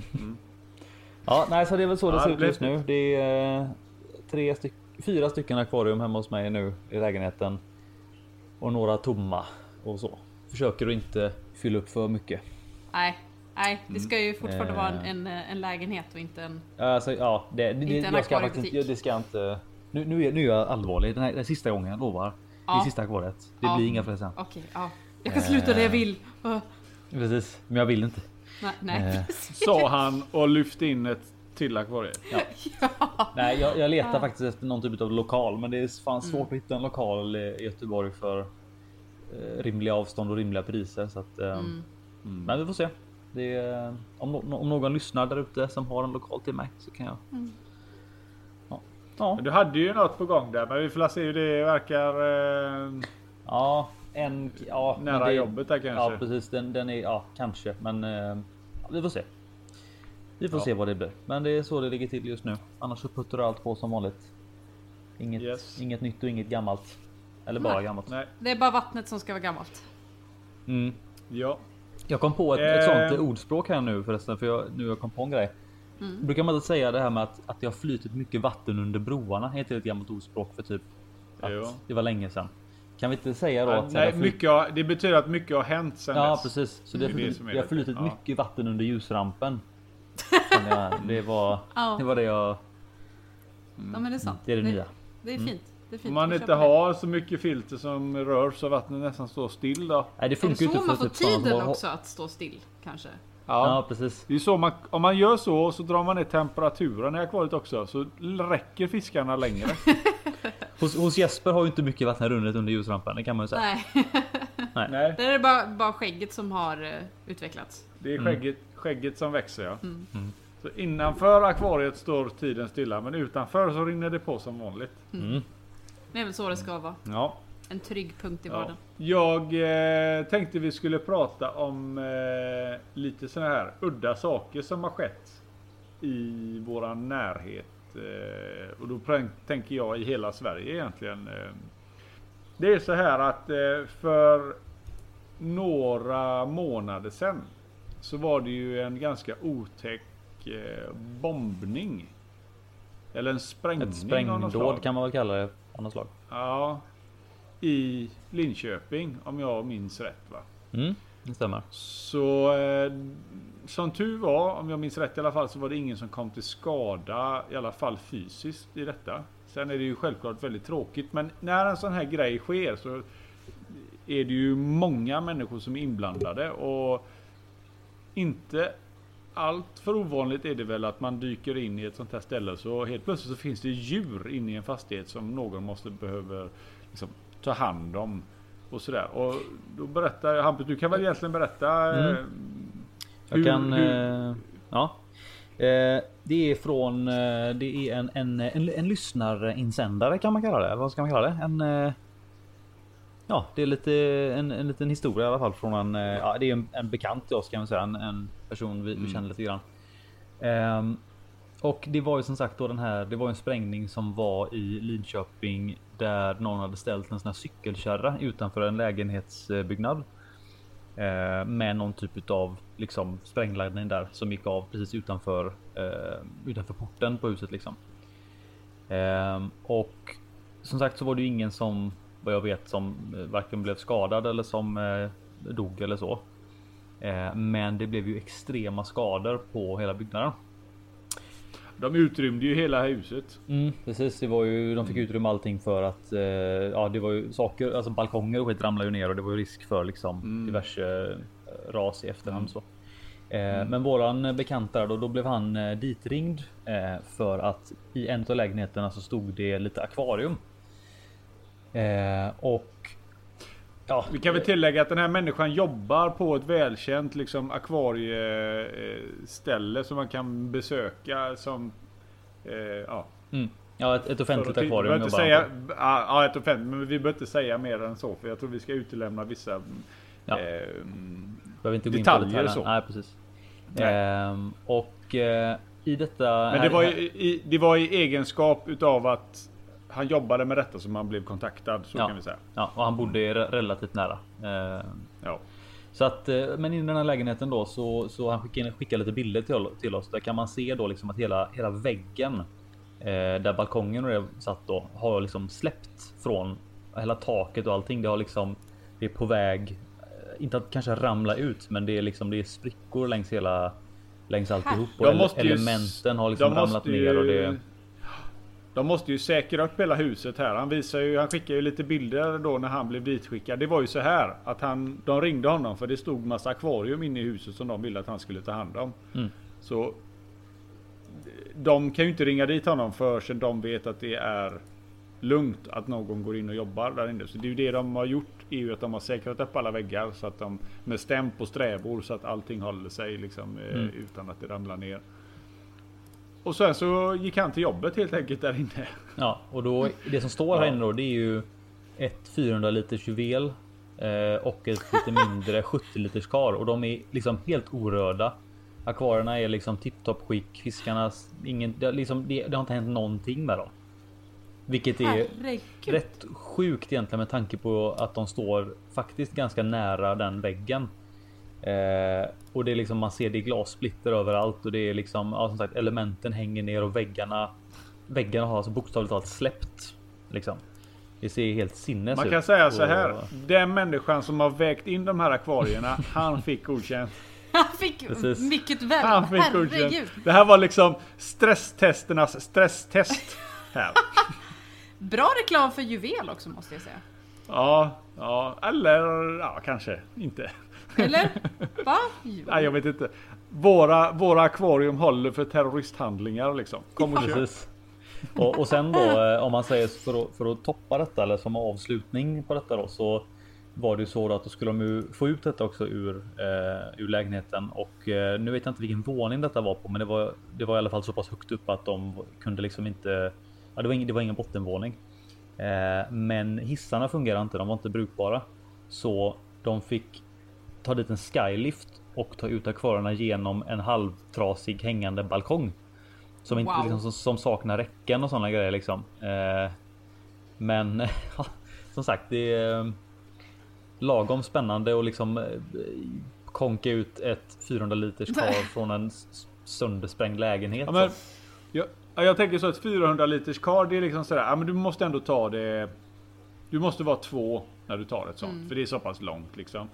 Ja, nej så det är väl så det Ja, ser det ut blir just nu. Det är eh, tre styck, fyra stycken akvarium hemma hos mig nu i lägenheten. Och några tomma och så. Försöker att inte fylla upp för mycket. Nej, nej, det ska ju fortfarande Eh. vara en, en, en lägenhet och inte en... Alltså ja, det, det, Inte en jag ska faktiskt akvariebutik. inte, det ska jag inte. Nu, nu, är, nu är jag allvarlig. Den här den sista gången, jag lovar. Det Ja. är sista akvariet. Det Ja. blir inga fler sen. Okej, ja. Jag kan sluta där jag vill. Uh, Precis, men jag vill inte. nej, nej, Eh. precis. Sa han och lyfte in ett till akvarie. Nej, jag, jag letar faktiskt efter någon typ av lokal, men det är fan svårt Mm. att hitta en lokal i Göteborg för eh, rimliga avstånd och rimliga priser. Så att, eh, Mm. Men vi får se. Det är, om, no- om någon lyssnar där ute som har en lokal till mig så kan jag. Mm. Ja, ja, Du hade ju något på gång där, men vi får se hur det verkar. Eh... ja. en, ja, nära det, jobbet där kanske. Ja, precis. Den, den är, ja, kanske, men eh, vi får se. Vi får Ja. se vad det blir. Men det är så det ligger till just nu. Annars så puttar allt på som vanligt. Inget, Yes. inget nytt och inget gammalt. Eller bara Nej. gammalt. Nej, Det är bara vattnet som ska vara gammalt. Mm. ja. Jag kom på ett, ett Eh. sånt ordspråk här nu förresten. För jag, nu har jag kom på en grej. Mm. Brukar man inte säga det här med att, att det har flytit mycket vatten under broarna? Heter det ett gammalt ordspråk för typ att Jo. det var länge sedan. Kan vi inte säga då Ja, att nej, det, har flyt- mycket har, det betyder att mycket har hänt sen Ja dess. precis. Så det, Det är har det flutit, som är det har det. flutit Ja. mycket vatten under ljusrampen. Kände jag. Det var Ja. det var det jag. Ja, men det är sant. Det är det nya. Det är fint. Det är fint. Om man Vi inte köper det. har så mycket filter som rör så vattnet nästan står still då. Nej, det Är det funkar ju så inte man för får typ sådana som tiden har- också att stå still kanske? Ja. Ja, precis. Det är så man, om man gör så så drar man ner temperaturen i akvariet också så räcker fiskarna längre. Hos, hos Jesper har ju inte mycket vatten runnit under ljusrampen, det kan man ju säga. Nej. Nej, Det är bara, bara skägget som har eh, utvecklats. det är skägget, skägget som växer ja. Mm. Mm. Så innanför akvariet står tiden stilla men utanför så rinner det på som vanligt. Mm. Det är väl så det ska vara. Ja. En trygg punkt i Ja. vardagen. Jag eh, tänkte vi skulle prata om eh, lite såna här udda saker som har skett i våran närhet. Eh, och då prän- tänker jag i hela Sverige egentligen. Eh. Det är så här att eh, för några månader sedan så var det ju en ganska otäck eh, bombning. Eller en sprängning Ett av något slag. sprängdåd kan man väl kalla det av något slag. Ja, i Linköping om jag minns rätt va. Mm, det stämmer. Så eh, som tur var, om jag minns rätt i alla fall, så var det ingen som kom till skada i alla fall fysiskt i detta. Sen är det ju självklart väldigt tråkigt, men när en sån här grej sker så är det ju många människor som är inblandade och inte allt för ovanligt är det väl att man dyker in i ett sånt här ställe så helt plötsligt så finns det djur inne i en fastighet som någon måste behöver liksom, ta hand om och sådär. Och då berättar jag, Hampus, du kan väl egentligen berätta Mm. eh, Jag hur- kan... hur- Eh, ja. Eh, det är från... Eh, det är en, en, en, en lyssnarinsändare kan man kalla det. Vad ska man kalla det? En... Eh, ja, det är lite en, en liten historia i alla fall från en... Eh, ja, det är en, en bekant till oss kan man säga. En, en person vi, vi Mm. känner lite grann. Ehm, och det var ju som sagt då den här... Det var en sprängning som var i Linköping där någon hade ställt en sån här cykelkärra utanför en lägenhetsbyggnad. Eh, med någon typ av liksom sprängladdning där som gick av precis utanför eh, utanför porten på huset liksom. Eh, och som sagt så var det ju ingen som vad jag vet som eh, varken blev skadad eller som eh, dog eller så. Eh, men det blev ju extrema skador på hela byggnaden. De utrymde ju hela huset. Mm, precis, det var ju de fick utrymma allting för att eh, ja, det var ju saker, alltså balkonger och skit ramlade ju ner och det var ju risk för liksom Mm. diverse eh, ras i efterhand Mm. så. Eh, Men våran bekant där då, då blev han eh, ditringd eh, för att i en av lägenheterna så stod det lite akvarium. Eh, och ja, Vi kan väl tillägga att den här människan jobbar på ett välkänt liksom akvarieställe som man kan besöka som eh, ja. mm, ja ett, ett offentligt För att- vi akvarium. behöver inte jobbar säga, han på. ja, ja, ett offentligt, men vi behöver inte säga mer än så för jag tror vi ska utelämna vissa Ja. eh, Behöver inte gå in detaljer på detaljer. så. Nej, precis. Nej. Ehm, och eh, i detta. Men det var, i, i, det var i egenskap utav att han jobbade med detta som han blev kontaktad, så Ja. kan vi säga. Ja, och han bodde re- relativt nära. Eh, Ja. Så att, eh, men i den här lägenheten då så, så han skickade, skickade lite bilder till, till oss. Där kan man se då liksom att hela, hela väggen eh, där balkongen och det satt då har liksom släppt från hela taket och allting. Det har liksom det är på väg, eh, inte att kanske ramla ut, men det är liksom det är sprickor längs hela längs alltihop och De ele- måste ju- elementen har liksom de ramlat måste ner och ju- det. De måste ju säkra upp hela huset här. Han visar ju, han skickar ju lite bilder då när han blev ditskickad. Det var ju så här att han, de ringde honom för det stod massa akvarium inne i huset som de ville att han skulle ta hand om. Mm. Så de kan ju inte ringa dit honom förrän de vet att det är lugnt att någon går in och jobbar där inne. Så det är ju det de har gjort, är ju att de har säkrat upp alla väggar så att de med stämp och strävor så att allting håller sig liksom eh, Mm. utan att det ramlar ner. Och sen så gick han till jobbet helt enkelt där inne. Ja, och då det som står här Ja. inne då, det är ju ett fyrahundra liters juvel eh, och ett lite mindre sjuttio liters kar och de är liksom helt orörda. Akvarierna är liksom tipptopp skick. Fiskarna, ingen, det, liksom, det, det har inte hänt någonting med dem. Vilket är Herregud. rätt sjukt egentligen med tanke på att de står faktiskt ganska nära den väggen. Eh, och det är liksom man ser det glassplitter överallt och det är liksom ja, som sagt elementen hänger ner och väggarna väggarna har alltså bokstavligt talat släppt liksom. Det ser helt sinnes Man ut. kan säga så och, här. Den människan som har vägt in de här akvarierna, han fick godkänt. Han fick Precis. mycket väl. Han fick Herregud. godkänt. Det här var liksom stresstesternas stresstest här. Bra reklam för juvel också måste jag säga. Ja, ja, eller ja, kanske inte. Eller? Va? Jo. Nej, jag vet inte. Våra, våra akvarium håller för terroristhandlingar liksom. Kom och köp. Precis. Och, och sen då eh, om man säger för att, för att toppa detta eller som avslutning på detta då så var det ju så att då skulle de ju få ut detta också ur, eh, ur lägenheten och eh, nu vet jag inte vilken våning detta var på men det var, det var i alla fall så pass högt upp att de kunde liksom inte ja, det, var ingen, det var ingen bottenvåning eh, men hissarna fungerade inte, de var inte brukbara så de fick ta dit en skylift och ta ut akvarierna genom en halvtrasig hängande balkong som, inte, Wow. liksom, som, som saknar räcken och sådana grejer liksom eh, men ja, som sagt det är lagom spännande och liksom konka ut ett fyrahundra liters kar från en söndersprängd lägenhet. Ja, men, jag, jag tänker så att fyrahundra liters kar det är liksom sådär. Ja, men du måste ändå ta det. Du måste vara två när du tar ett sånt. Mm. För det är så pass långt liksom.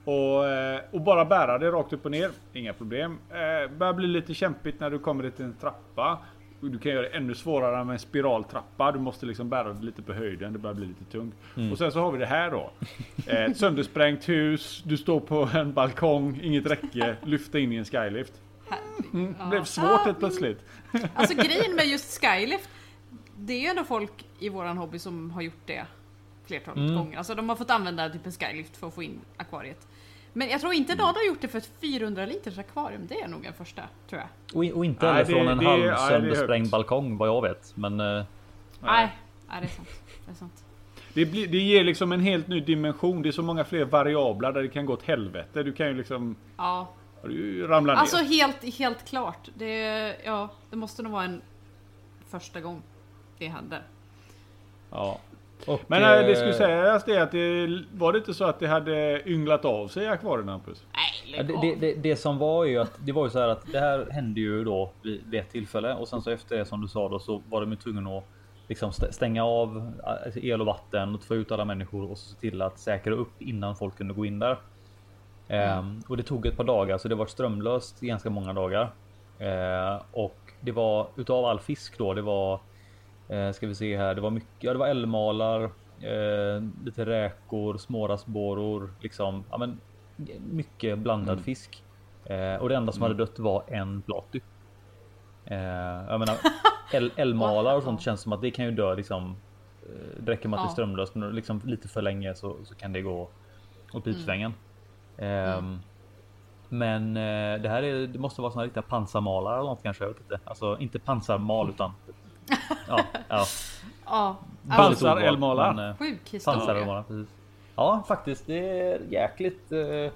Och, och bara bära det rakt upp och ner. Inga problem. Eh, börjar bli lite kämpigt när du kommer till en trappa. Du kan göra det ännu svårare med en spiraltrappa. Du måste liksom bära det lite på höjden. Det börjar bli lite tungt. Mm. Och sen så har vi det här då. Ett söndersprängt hus. Du står på en balkong. Inget räcke. Lyfta in i en skylift. Mm, det blev svårt helt plötsligt. Alltså grejen med just skylift, det är ju ändå folk i våran hobby som har gjort det flertalet Mm. gånger. Alltså de har fått använda typ en skylift för att få in akvariet. Men jag tror inte någon har gjort det för ett fyrahundra liters akvarium. Det är nog en första, tror jag. Och, och inte Nej, heller det- från en det- halv nej, det är söndersprängd högt. balkong vad jag vet. Men eh, Nej, nej det är sant. Det är sant. Det, blir, det ger liksom en helt ny dimension. Det är så många fler variabler där det kan gå åt helvete. Du kan ju liksom Ja, du ramla ner. alltså helt, helt klart. Det, ja, det måste nog vara en första gång det händer. Ja. och, Men äh, det eh, skulle sägas det att det var det inte så att det hade ynglat av sig i akvarierna, Hampus? Nej, Ja, lägg det, av. det, det, det som var ju att det var ju så här att det här hände ju då vid, vid ett tillfälle och sen så efter det som du sa då så var de ju tvungna att liksom stä- stänga av alltså el och vatten och få ut alla människor och så se till att säkra upp innan folk kunde gå in där. Ehm, och det tog ett par dagar så det var strömlöst i ganska många dagar. Ehm, och det var utav all fisk då det var eh, ska vi se här det var mycket ja, det var älgmalar eh, lite räkor, smårasboror liksom ja men mycket blandad Mm. fisk. Eh, och det enda som hade dött var en platy. Eh, jag menar äl- älgmalar och sånt känns som att det kan ju dö liksom. Eh, det räcker med att det är Ja. strömlöst men liksom lite för länge så, så kan det gå åt pipsvängen. Ehm, Men eh, det här är, det måste vara såna riktiga pansarmalar eller något kanske, jag vet inte. Alltså inte pansarmal utan ja, ja. Ja, Pansarälmalar. Men, eh, sjuk historia. pansarälmalar, precis. Ja, faktiskt det är jäkligt eh,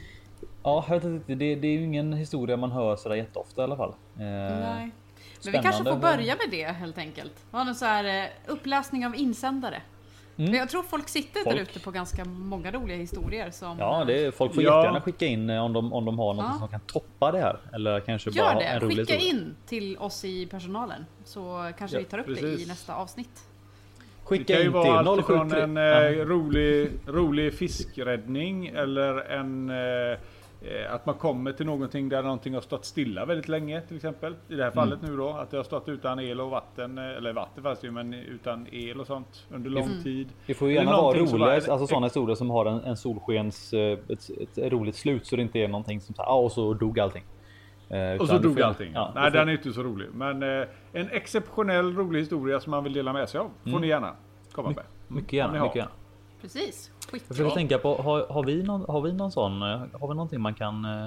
ja, jag vet inte, det, det är ju ingen historia man hör sådär jätteofta i alla fall. Eh, Nej. Men vi kanske får börja med det helt enkelt. Ha en så här eh, uppläsning av insändare. Mm. Men jag tror folk sitter Folk. där ute på ganska många roliga historier som... Ja, det är, folk får Ja. jättegärna skicka in eh, om de, om de har något Ja. som kan toppa det här. Eller kanske bara Gör ha en det, rolig skicka historia. in till oss i personalen. Så kanske Ja, vi tar upp det precis. i nästa avsnitt. Det Skicka kan ju in till vara noll allt sju från tre en eh, Ja. rolig, rolig fiskräddning eller en eh, eh, att man kommer till någonting där någonting har stått stilla väldigt länge till exempel. I det här fallet nu då att det har stått utan el och vatten eh, eller vatten fast ju men utan el och sånt under lång Mm. tid. Det får ju Eller gärna vara någonting som roliga, är- alltså sådana historier som har en, en solskens, eh, ett, ett roligt slut så det inte är någonting som så här, ah, och så dog allting. Eh, Och utan så det dog får- allting. Ja, Nej, det får- den är inte så rolig. Men eh, en exceptionell rolig historia som man vill dela med sig av. Får Mm. ni gärna komma med. Mycket Om ni gärna, har. mycket gärna. Precis, Jag skitbra. försöker tänka på, har, har, vi någon, har vi någon sån, eh, har vi någonting man kan eh,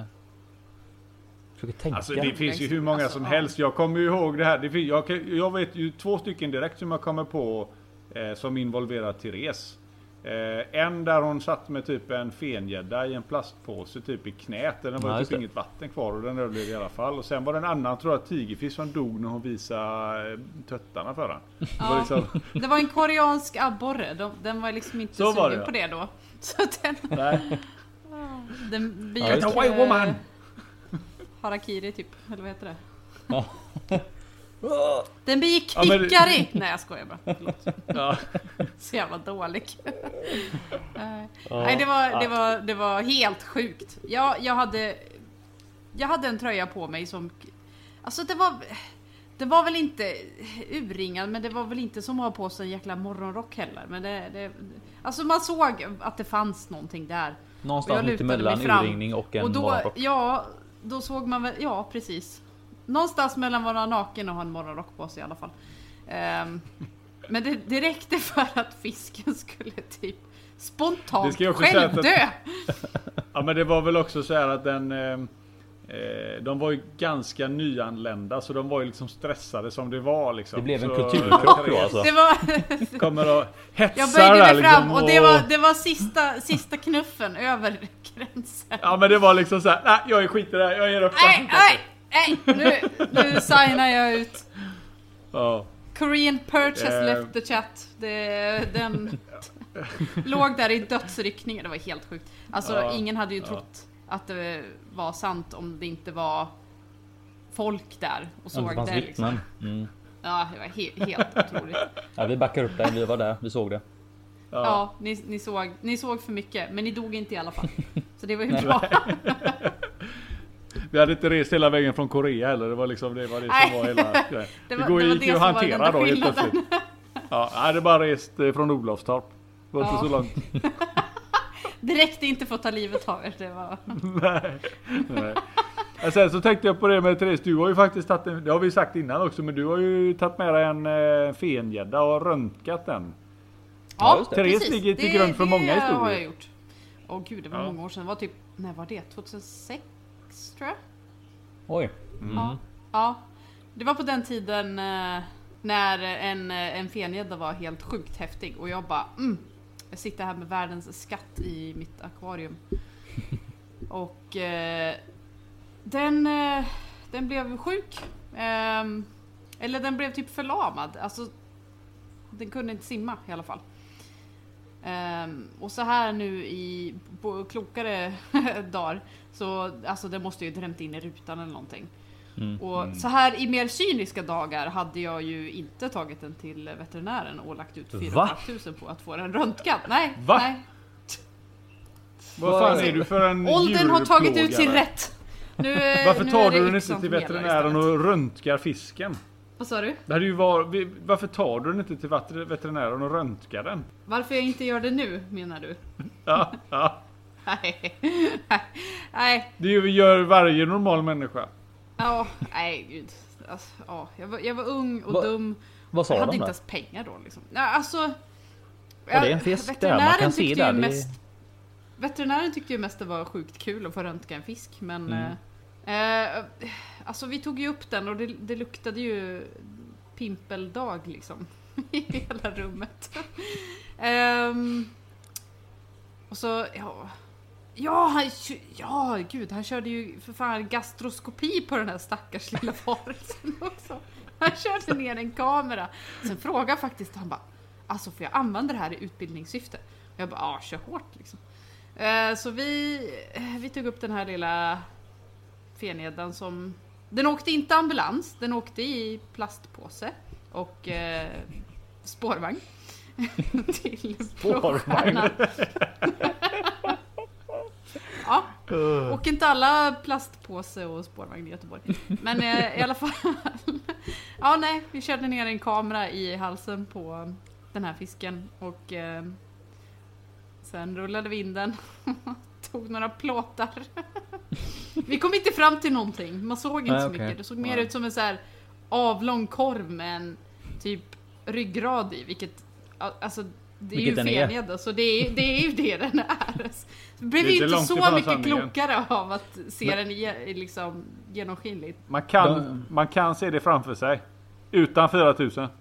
försöka tänka? Alltså det finns ju hur många Alltså, som ja. helst. Jag kommer ju ihåg det här. Det fin- jag, kan- jag vet ju två stycken direkt som jag kommer på eh, som involverar Therese. Eh, en där hon satt med typ en fengädda i en plastpåse typ i knät. Den var Ja, typ just det. inget vatten kvar och den överlevde i alla fall. Och sen var det en annan, tror jag, tigerfisk som dog när hon visade eh, töttarna för den. Det var Ja. liksom, Det var en koreansk abborre. De, den var liksom inte Så var sugen det, på det då. Så den, nej. den Ja, begick just det. White woman. eh, harakiri typ. Eller vad heter det? Ja. Den begick Ja, men det- hikari. Nej, jag skojar bara. Förlåt. Ja. Så jävla dålig. Nej. Nej, det var, det, var, det var helt sjukt. Jag, jag, hade, jag hade en tröja på mig som... Alltså det var... Det var väl inte urringad, men det var väl inte som att ha på sig en jäkla morgonrock heller. Men det, det, alltså man såg att det fanns någonting där. Och jag Någonstans mitt lutade emellan mig fram. urringning och en Och då, morgonrock. ja, då såg man väl... Ja, precis. Någonstans mellan vara naken och ha en morgonrock på sig i alla fall. Um, men det, det räckte för att fisken skulle typ Det spontant ska jag också säga att- självdö. Ja, men det var väl också så här att den... Eh, eh, de var ju ganska nyanlända, så de var ju liksom stressade som det var liksom. Det blev en så, kulturkrock då alltså. Det var... Kommer och hetsar Jag böjde där, mig fram liksom, och det var, det var sista, sista knuffen över gränsen. Ja, men det var liksom så här: nej, jag skiter där, jag ger upp. Nej, nej, nej, nu, nu signar jag ut. Ja. Korean Perch has Eh. left the chat. Det, den låg där i dödsryckningar. Det var helt sjukt. Alltså Ja, ingen hade ju ja. trott att det var sant om det inte var folk där och Om såg det fanns det. Liksom. vittnen. Mm. Ja, det var he- helt otroligt. Ja, vi backar upp dig, vi var där, vi såg det. Ja. Ja, ni, ni, såg, ni såg för mycket, men ni dog inte i alla fall. Så det var ju bra. Vi hade inte rest hela vägen från Korea heller. Det var liksom det, var det Nej. som var hela grejen. Det Det, var- går det var gick det ju att som var den hantera enda då helt skillnaden. plötsligt. Ja, jag hade bara rest eh, från Olofstorp. Det var Ja. inte så långt. Det räckte inte för att ta livet av er. Det var... Nej. Nej. Och sen så tänkte jag på det med Therese. Du har ju faktiskt tagit en, det har vi sagt innan också, men du har ju tagit med dig en eh, fengädda och röntgat den. Ja, just det. Therese precis. ligger till Det- grund för många Det har historier. jag gjort. Åh gud, det var Ja. många år sedan. Det var typ, när var det? tjugohundrasex tror jag? Oj. Ja. Ja. Det var på den tiden eh, när en, eh, en fengädda var helt sjukt häftig. Och jag bara, mm, jag sitter här med världens skatt i mitt akvarium. Och eh, den, eh, den blev sjuk. Ehm, eller den blev typ förlamad. Alltså, den kunde inte simma i alla fall. Ehm, och så här nu i på klokare dagar så alltså det måste ju drämt in i rutan eller någonting. Mm. Och så här i mer cyniska dagar hade jag ju inte tagit den till veterinären och lagt ut fyra tusen på att få den röntgad. Nej, Va? nej. Vad fan är du för en Åldern har tagit ut sin djurplågare? rätt. Nu, eh, Varför nu tar är det du den yxan inte till som gäller veterinären istället. och röntgar fisken? Vad sa du? Det hade ju var, vi- varför tar du den inte till vat- veterinären och röntgar den? Varför jag inte gör det nu, menar du? Ja, ja. Nej. Nej. Det gör varje normal människa. Ja, nej gud. Alltså, ja, jag, var, jag var ung och Va- dum. Vad sa Jag de hade då? inte ens pengar då liksom. Nej, alltså... Var det är en fisk där, man veterinären kan se tyckte där. ju Det Mest, veterinären tyckte ju mest det var sjukt kul att få röntga en fisk. Men... Mm. Eh, eh, alltså vi tog ju upp den och det, det luktade ju pimpeldag liksom. I hela rummet. Ehm, och så... Ja, ja, han, kö- ja, gud, han körde ju för fan gastroskopi på den här stackars lilla varelsen också. Han körde ner en kamera. Sen frågade faktiskt han bara, alltså får jag använda det här i utbildningssyfte? Och jag bara, ja, kör hårt liksom. Eh, så vi, eh, vi tog upp den här lilla fengäddan som... Den åkte inte ambulans, den åkte i plastpåse och eh, spårvagn. Till Blåstjärnan. Ja, och inte alla plastpåse och spårvagn i Göteborg. Men eh, i alla fall. Ja, nej, vi körde ner en kamera i halsen på den här fisken och eh, sen rullade vi in den. Tog några plåtar. Vi kom inte fram till någonting. Man såg inte Nej, så okej. mycket. Det såg mer Nej. ut som en så här avlång korv med en typ ryggrad i, vilket alltså det är Vilket ju den är. fenjädda, så det är, det är ju det den är. Det blev Det är ju inte inte långt så ifrån mycket sanningen. klokare av att se den i, liksom genomskinligt. Man kan, De- man kan se det framför sig. Utan fyra tusen.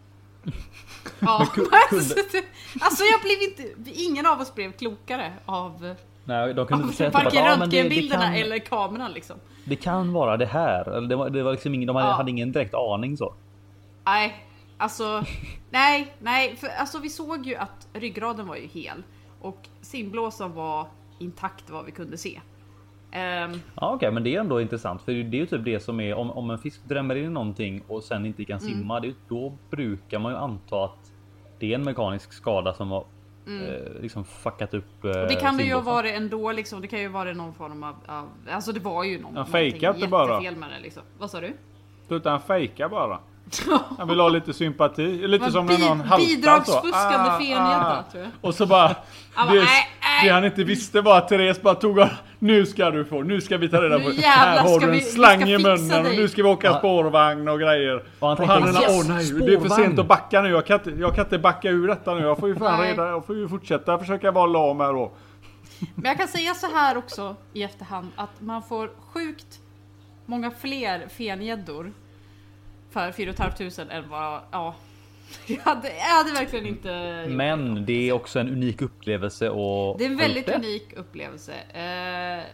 Ja, kunde- alltså jag blev inte, ingen av oss blev klokare av, Nej, de kunde av inte säga typ att, varken ja, men det, det, röntgenbilderna kan, eller kameran liksom. det kan vara det här. Eller det var, det var liksom ingen, de hade, Ja. hade ingen direkt aning så. Nej, alltså nej, nej, för alltså vi såg ju att ryggraden var ju hel och simblåsan var intakt vad vi kunde se. Ehm, Ja, okej, men det är ändå intressant för det är ju typ det som är om, om en fisk drämmer in i någonting och sen inte kan simma, det är, ju- då brukar man ju anta att det är en mekanisk skada som har eh, liksom fuckat upp. Eh, och det kan det ju ha simblåsan. varit ändå liksom, det kan ju vara någon form av, av alltså det var ju någon, Han fejkat det bara. jättefel med det liksom. Vad sa du? Utan fejka bara. Han vill ha lite sympati. Lite Vad som när bi- någon haltar så. bidragsfuskande fenjädda, tror jag. Och så bara... Han bara, det, nej, nej. det han inte visste var att Therese bara tog och, nu ska du få, nu ska vi ta reda på. Nu jävlar Här har ska du vi- en vi slang ska i fixa munnen och dig. nu ska vi åka Ja. spårvagn och grejer. Och han Och tänkte, han är yes, åh nej, det är för spårvagn. sent att backa nu. Jag kan inte, jag kan inte backa ur detta nu. Jag får ju fan Nej. reda, jag får ju fortsätta försöka vara lam här då. Men jag kan säga så här också i efterhand att man får sjukt många fler fengäddor för fyra tusen femhundra än vad, ja. Jag hade, jag hade verkligen inte gjort det. Men det är också en unik upplevelse och Det är en väldigt unik upplevelse. Eh,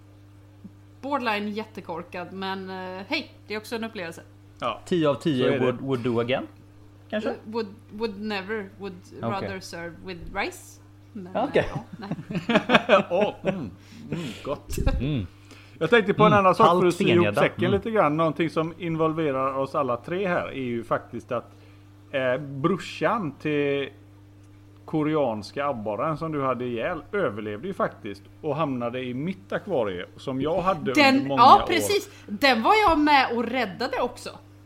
borderline jättekorkad, men eh, hej, det är också en upplevelse. Ja. tio av Så är tio det. would, would do again. Kanske? Would, would never, would rather serve with rice. Men, Ja, okej. ja, nej. Åh, mm, mm, gott. Mm. Jag tänkte på en Mm, annan sak för halvt att sy ihop fengädda. säcken Mm. lite grann. Någonting som involverar oss alla tre här är ju faktiskt att eh, brorsan till koreanska abborren som du hade ihjäl överlevde ju faktiskt och hamnade i mitt akvarie som jag hade under Den, många ja år. precis, den var jag med och räddade också.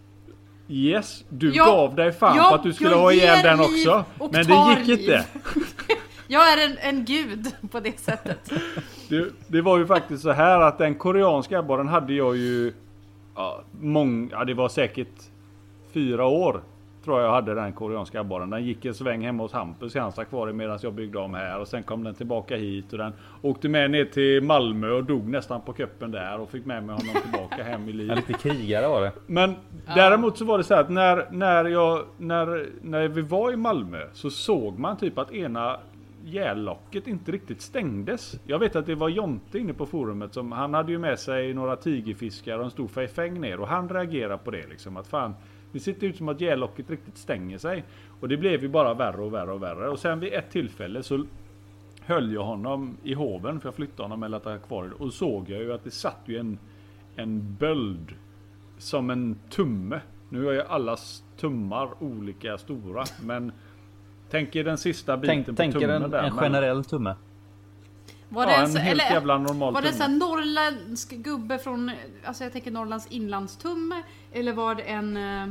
Yes, du Jag- gav dig fan jag- på att du skulle jag ha ihjäl ger den liv också. och Men tar det gick liv. inte. Jag är en, en gud på det sättet. Det, det var ju faktiskt så här att den koreanska abborren hade jag ju ja, mång, ja, det var säkert fyra år tror jag hade den koreanska abborren. Den gick en sväng hemma hos Hampus i hans akvarium medan jag byggde om här och sen kom den tillbaka hit och den åkte med ner till Malmö och dog nästan på kuppen där och fick med mig honom tillbaka hem i En liv. riktig krigare var det. Men däremot så var det så här att när, när, jag, när, när vi var i Malmö så såg man typ att ena gällocket inte riktigt stängdes. Jag vet att det var Jonte inne på forumet som han hade ju med sig några tigerfiskar och en stor fäng ner och han reagerade på det liksom att fan det ser ut som att gällocket riktigt stänger sig och det blev ju bara värre och värre och värre och sen vid ett tillfälle så höll jag honom i hoven för jag flyttade honom eller att han kvar och såg jag ju att det satt ju en en böld som en tumme. Nu är ju allas tummar olika stora men tänk er den sista biten Tänk, på tänker tummen en, där. en men- generell tumme. Var Ja, det en så- helt eller- jävla normal Var det tumme. så här norrländsk gubbe från, alltså jag tänker Norrlands inlandstumme, eller var det en eh,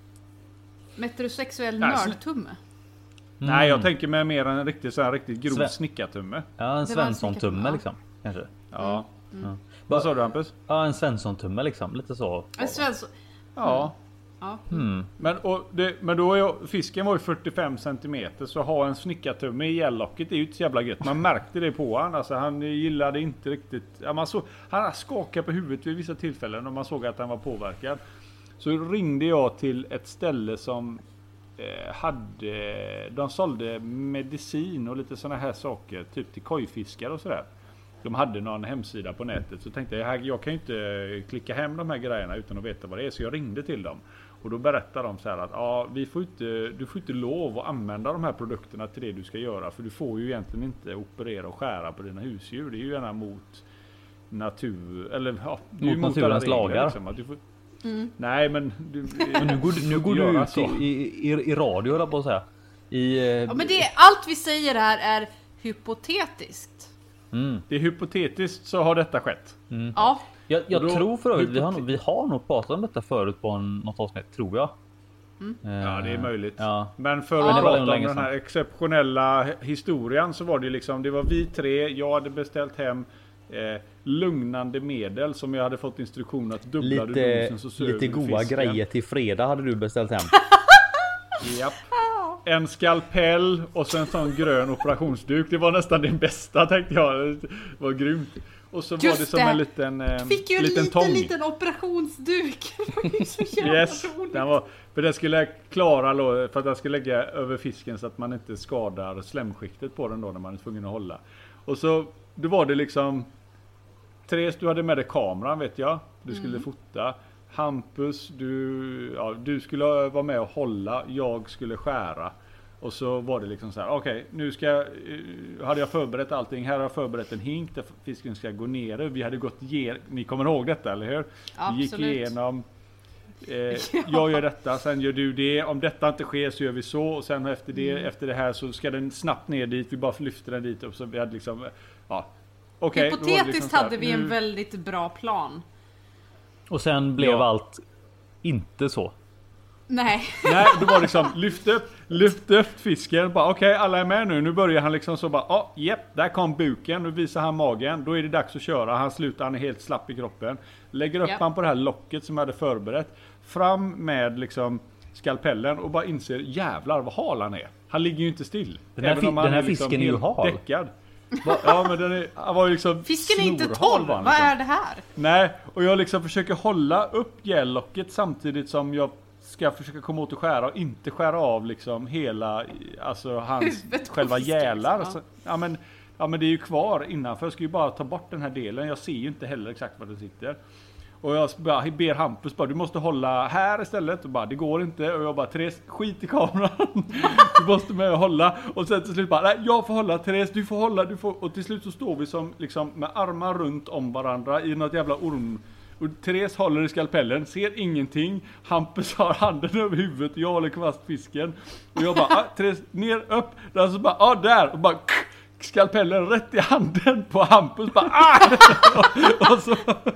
metrosexuell Nej, så- nördtumme? Nej, jag tänker mig mer en riktigt så här riktigt grov Sve- snickartumme. Ja, en Det var en Svensson-tumme säkert- liksom. Kanske. Ja. Mm. Vad sa du Hampus? Ja, en Svensson-tumme liksom. Lite så. En Svensson. Ja. Ja. Hmm. Men, och det, men då är jag, fisken var ju fyrtiofem centimeter så ha en snickartumme i gällocket är ju inte så jävla gött. Man märkte det på han. Alltså, han gillade inte riktigt. Ja, man såg, han skakade på huvudet vid vissa tillfällen och man såg att han var påverkad. Så ringde jag till ett ställe som eh, hade, de sålde medicin och lite sådana här saker. Typ till kojfiskar och sådär. De hade någon hemsida på nätet så tänkte jag jag kan ju inte klicka hem de här grejerna utan att veta vad det är så jag ringde till dem. Och då berättade de så här att ja, vi får inte, du får inte lov att använda de här produkterna till det du ska göra för du får ju egentligen inte operera och skära på dina husdjur. Det är ju gärna mot natur eller ja, det är ju Mot mot alla naturens regler, lagar. Liksom, att du får, Mm. nej men du, Men nu går, du- nu går du göra ut så. i, i, i, i radio höll jag på att säga. I, eh, Ja, men det, allt vi säger här är hypotetiskt. mm. Det är hypotetiskt så har detta skett. Ja, Jag, jag Och då- tror för övrigt, vi har, hypote- nog- vi har nog pratat om detta förut på en, något avsnitt, tror jag. Eh, Ja, det är möjligt. Ja. Men för Ja. att Det var prata om länge den sedan. här exceptionella h- historien så var det liksom, det var vi tre, jag hade beställt hem eh, lugnande medel som jag hade fått instruktion att dubbla Lite, dosen så sög lite du goda fisken. grejer till fredag hade du beställt hem. Japp. en skalpell och så en sån grön operationsduk. Det var nästan det bästa, tänkte jag. Det var grymt. Och så Just var det som det. en liten eh, Fick ju en liten liten, tång. liten operationsduk. Det var ju så jävla Yes, roligt. den var, för den skulle klara då, för att den skulle lägga över fisken så att man inte skadar slemskiktet på den då när man är tvungen att hålla. Och så då var det liksom Therese, du hade med dig kameran, vet jag. Du skulle Mm. fota. Hampus, du, ja, du skulle vara med och hålla. Jag skulle skära. Och så var det liksom så här, okej, okay, nu ska jag, hade jag förberett allting. Här har jag förberett en hink där fisken ska gå ner. Vi hade gått ge, ni kommer ihåg detta, eller hur? Vi gick Absolut. igenom, eh, jag gör detta, sen gör du det. Om detta inte sker så gör vi så. Och sen efter det, Mm. efter det här så ska den snabbt ner dit. Vi bara lyfter den dit. Och så vi hade liksom, ja. Okay, Hypotetiskt liksom så här, hade vi en nu- väldigt bra plan. Och sen blev Ja. allt inte så. Nej. Nej, då var det liksom lyft upp, lyft upp fisken. Bara okej, okay, alla är med nu. Nu börjar han liksom så bara, ja, oh, jepp, där kom buken. Nu visar han magen. Då är det dags att köra. Han slutar, han är helt slapp i kroppen. Lägger upp Japp. han på det här locket som jag hade förberett. Fram med liksom skalpellen och bara inser, jävlar vad hal han är. Han ligger ju inte still. Den här Även fi- om han den här är liksom fisken är ju helt hal. däckad. Va- Ja, men den är, han var ju liksom Fisken är inte snorhal tolv. var han Vad liksom. är det här? Nej, och jag liksom försöker hålla upp gällocket samtidigt som jag ska försöka komma åt att skära och inte skära av liksom hela, alltså hans Huvudet på själva fisken, gälar. liksom. Så, ja, men, ja men det är ju kvar innanför, jag ska ju bara ta bort den här delen, jag ser ju inte heller exakt var det sitter. Och jag bara ber Hampus bara, du måste hålla här istället. Och bara, det går inte. Och jag bara, Therese, skit i kameran. Du måste med och hålla. Och sen till slut bara, nej, jag får hålla. Therese, du får hålla. Du får. Och till slut så står vi som liksom med armar runt om varandra i något jävla orm. Och Therese håller i skalpellen, ser ingenting. Hampus har handen över huvudet. Jag håller fast fisken. Och jag bara, ah, Therese, ner, upp. Där så bara, ah, där. Och bara, skalpellen rätt i handen på Hampus. Bara, ah! och, och så...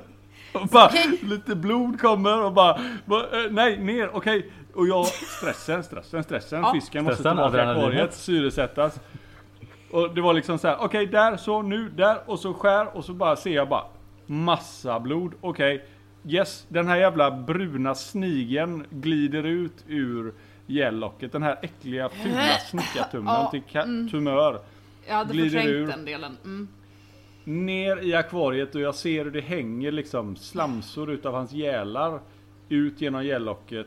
Och bara, Okej. lite blod kommer och bara, bara eh, nej, ner, okej. Okay. Och jag, stressen, stressen, stressen. Ja. Fisken måste Stressen, tillbaka i adrenalinet. akvariet, syresättas. Och det var liksom så här, okej, okay, där, så, nu, där. Och så skär, och så bara ser jag bara massa blod. Okej, okay. Yes, den här jävla bruna snigen glider ut ur gällocket. Den här äckliga, fula snickartummen Ja, till ka- tumör. Jag hade Glider förträngt ur. den delen. Mm. Ner i akvariet och jag ser hur det hänger liksom slamsor utav hans gälar ut genom gällocket.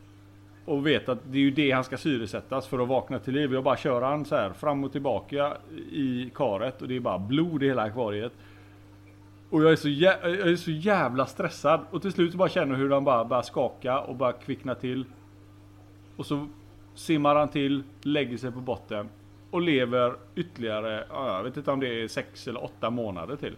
Och vet att det är ju det han ska syresättas för att vakna till liv. Jag bara kör han så här fram och tillbaka i karet och det är bara blod i hela akvariet. Och jag är så, jä- jag är så jävla stressad. Och till slut så bara känner hur han bara börjar skaka och bara kvickna till. Och så simmar han till, lägger sig på botten. Och lever ytterligare, ja, jag vet inte om det är sex eller åtta månader till.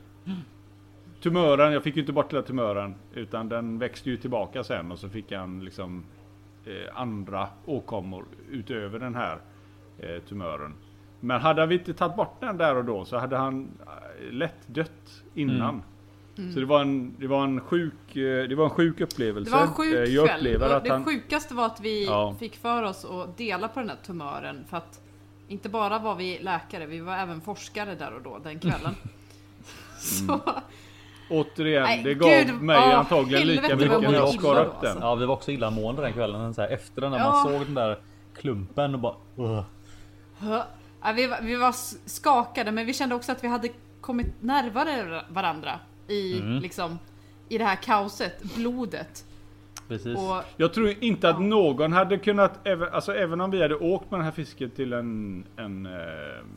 Tumören, jag fick ju inte bort hela tumören. Utan den växte ju tillbaka sen. Och så fick han liksom eh, andra åkommor utöver den här eh, tumören. Men hade vi inte tagit bort den där och då så hade han eh, lätt dött innan. Mm. Mm. Så det var en, det var en sjuk, eh, det var en sjuk upplevelse. Det var en sjuk Eh, jag kväll. upplever Och att det han, sjukaste var att vi Ja. fick för oss att dela på den här tumören. För att inte bara var vi läkare, vi var även forskare där och då den kvällen. Så, återigen, Nej, det gav gud, mig åh, antagligen lika helvete mycket vad när vi jag var skar illa upp då, den. Ja, vi var också illamående den kvällen. Så här, efter den när Ja. man såg den där klumpen och bara... Uh. ja, vi, var, vi var skakade, men vi kände också att vi hade kommit närmare varandra i, Mm. liksom, i det här kaoset, blodet. Precis. Och Jag tror inte att Ja. någon hade kunnat, även, alltså även om vi hade åkt med den här fisken till en, en, eh,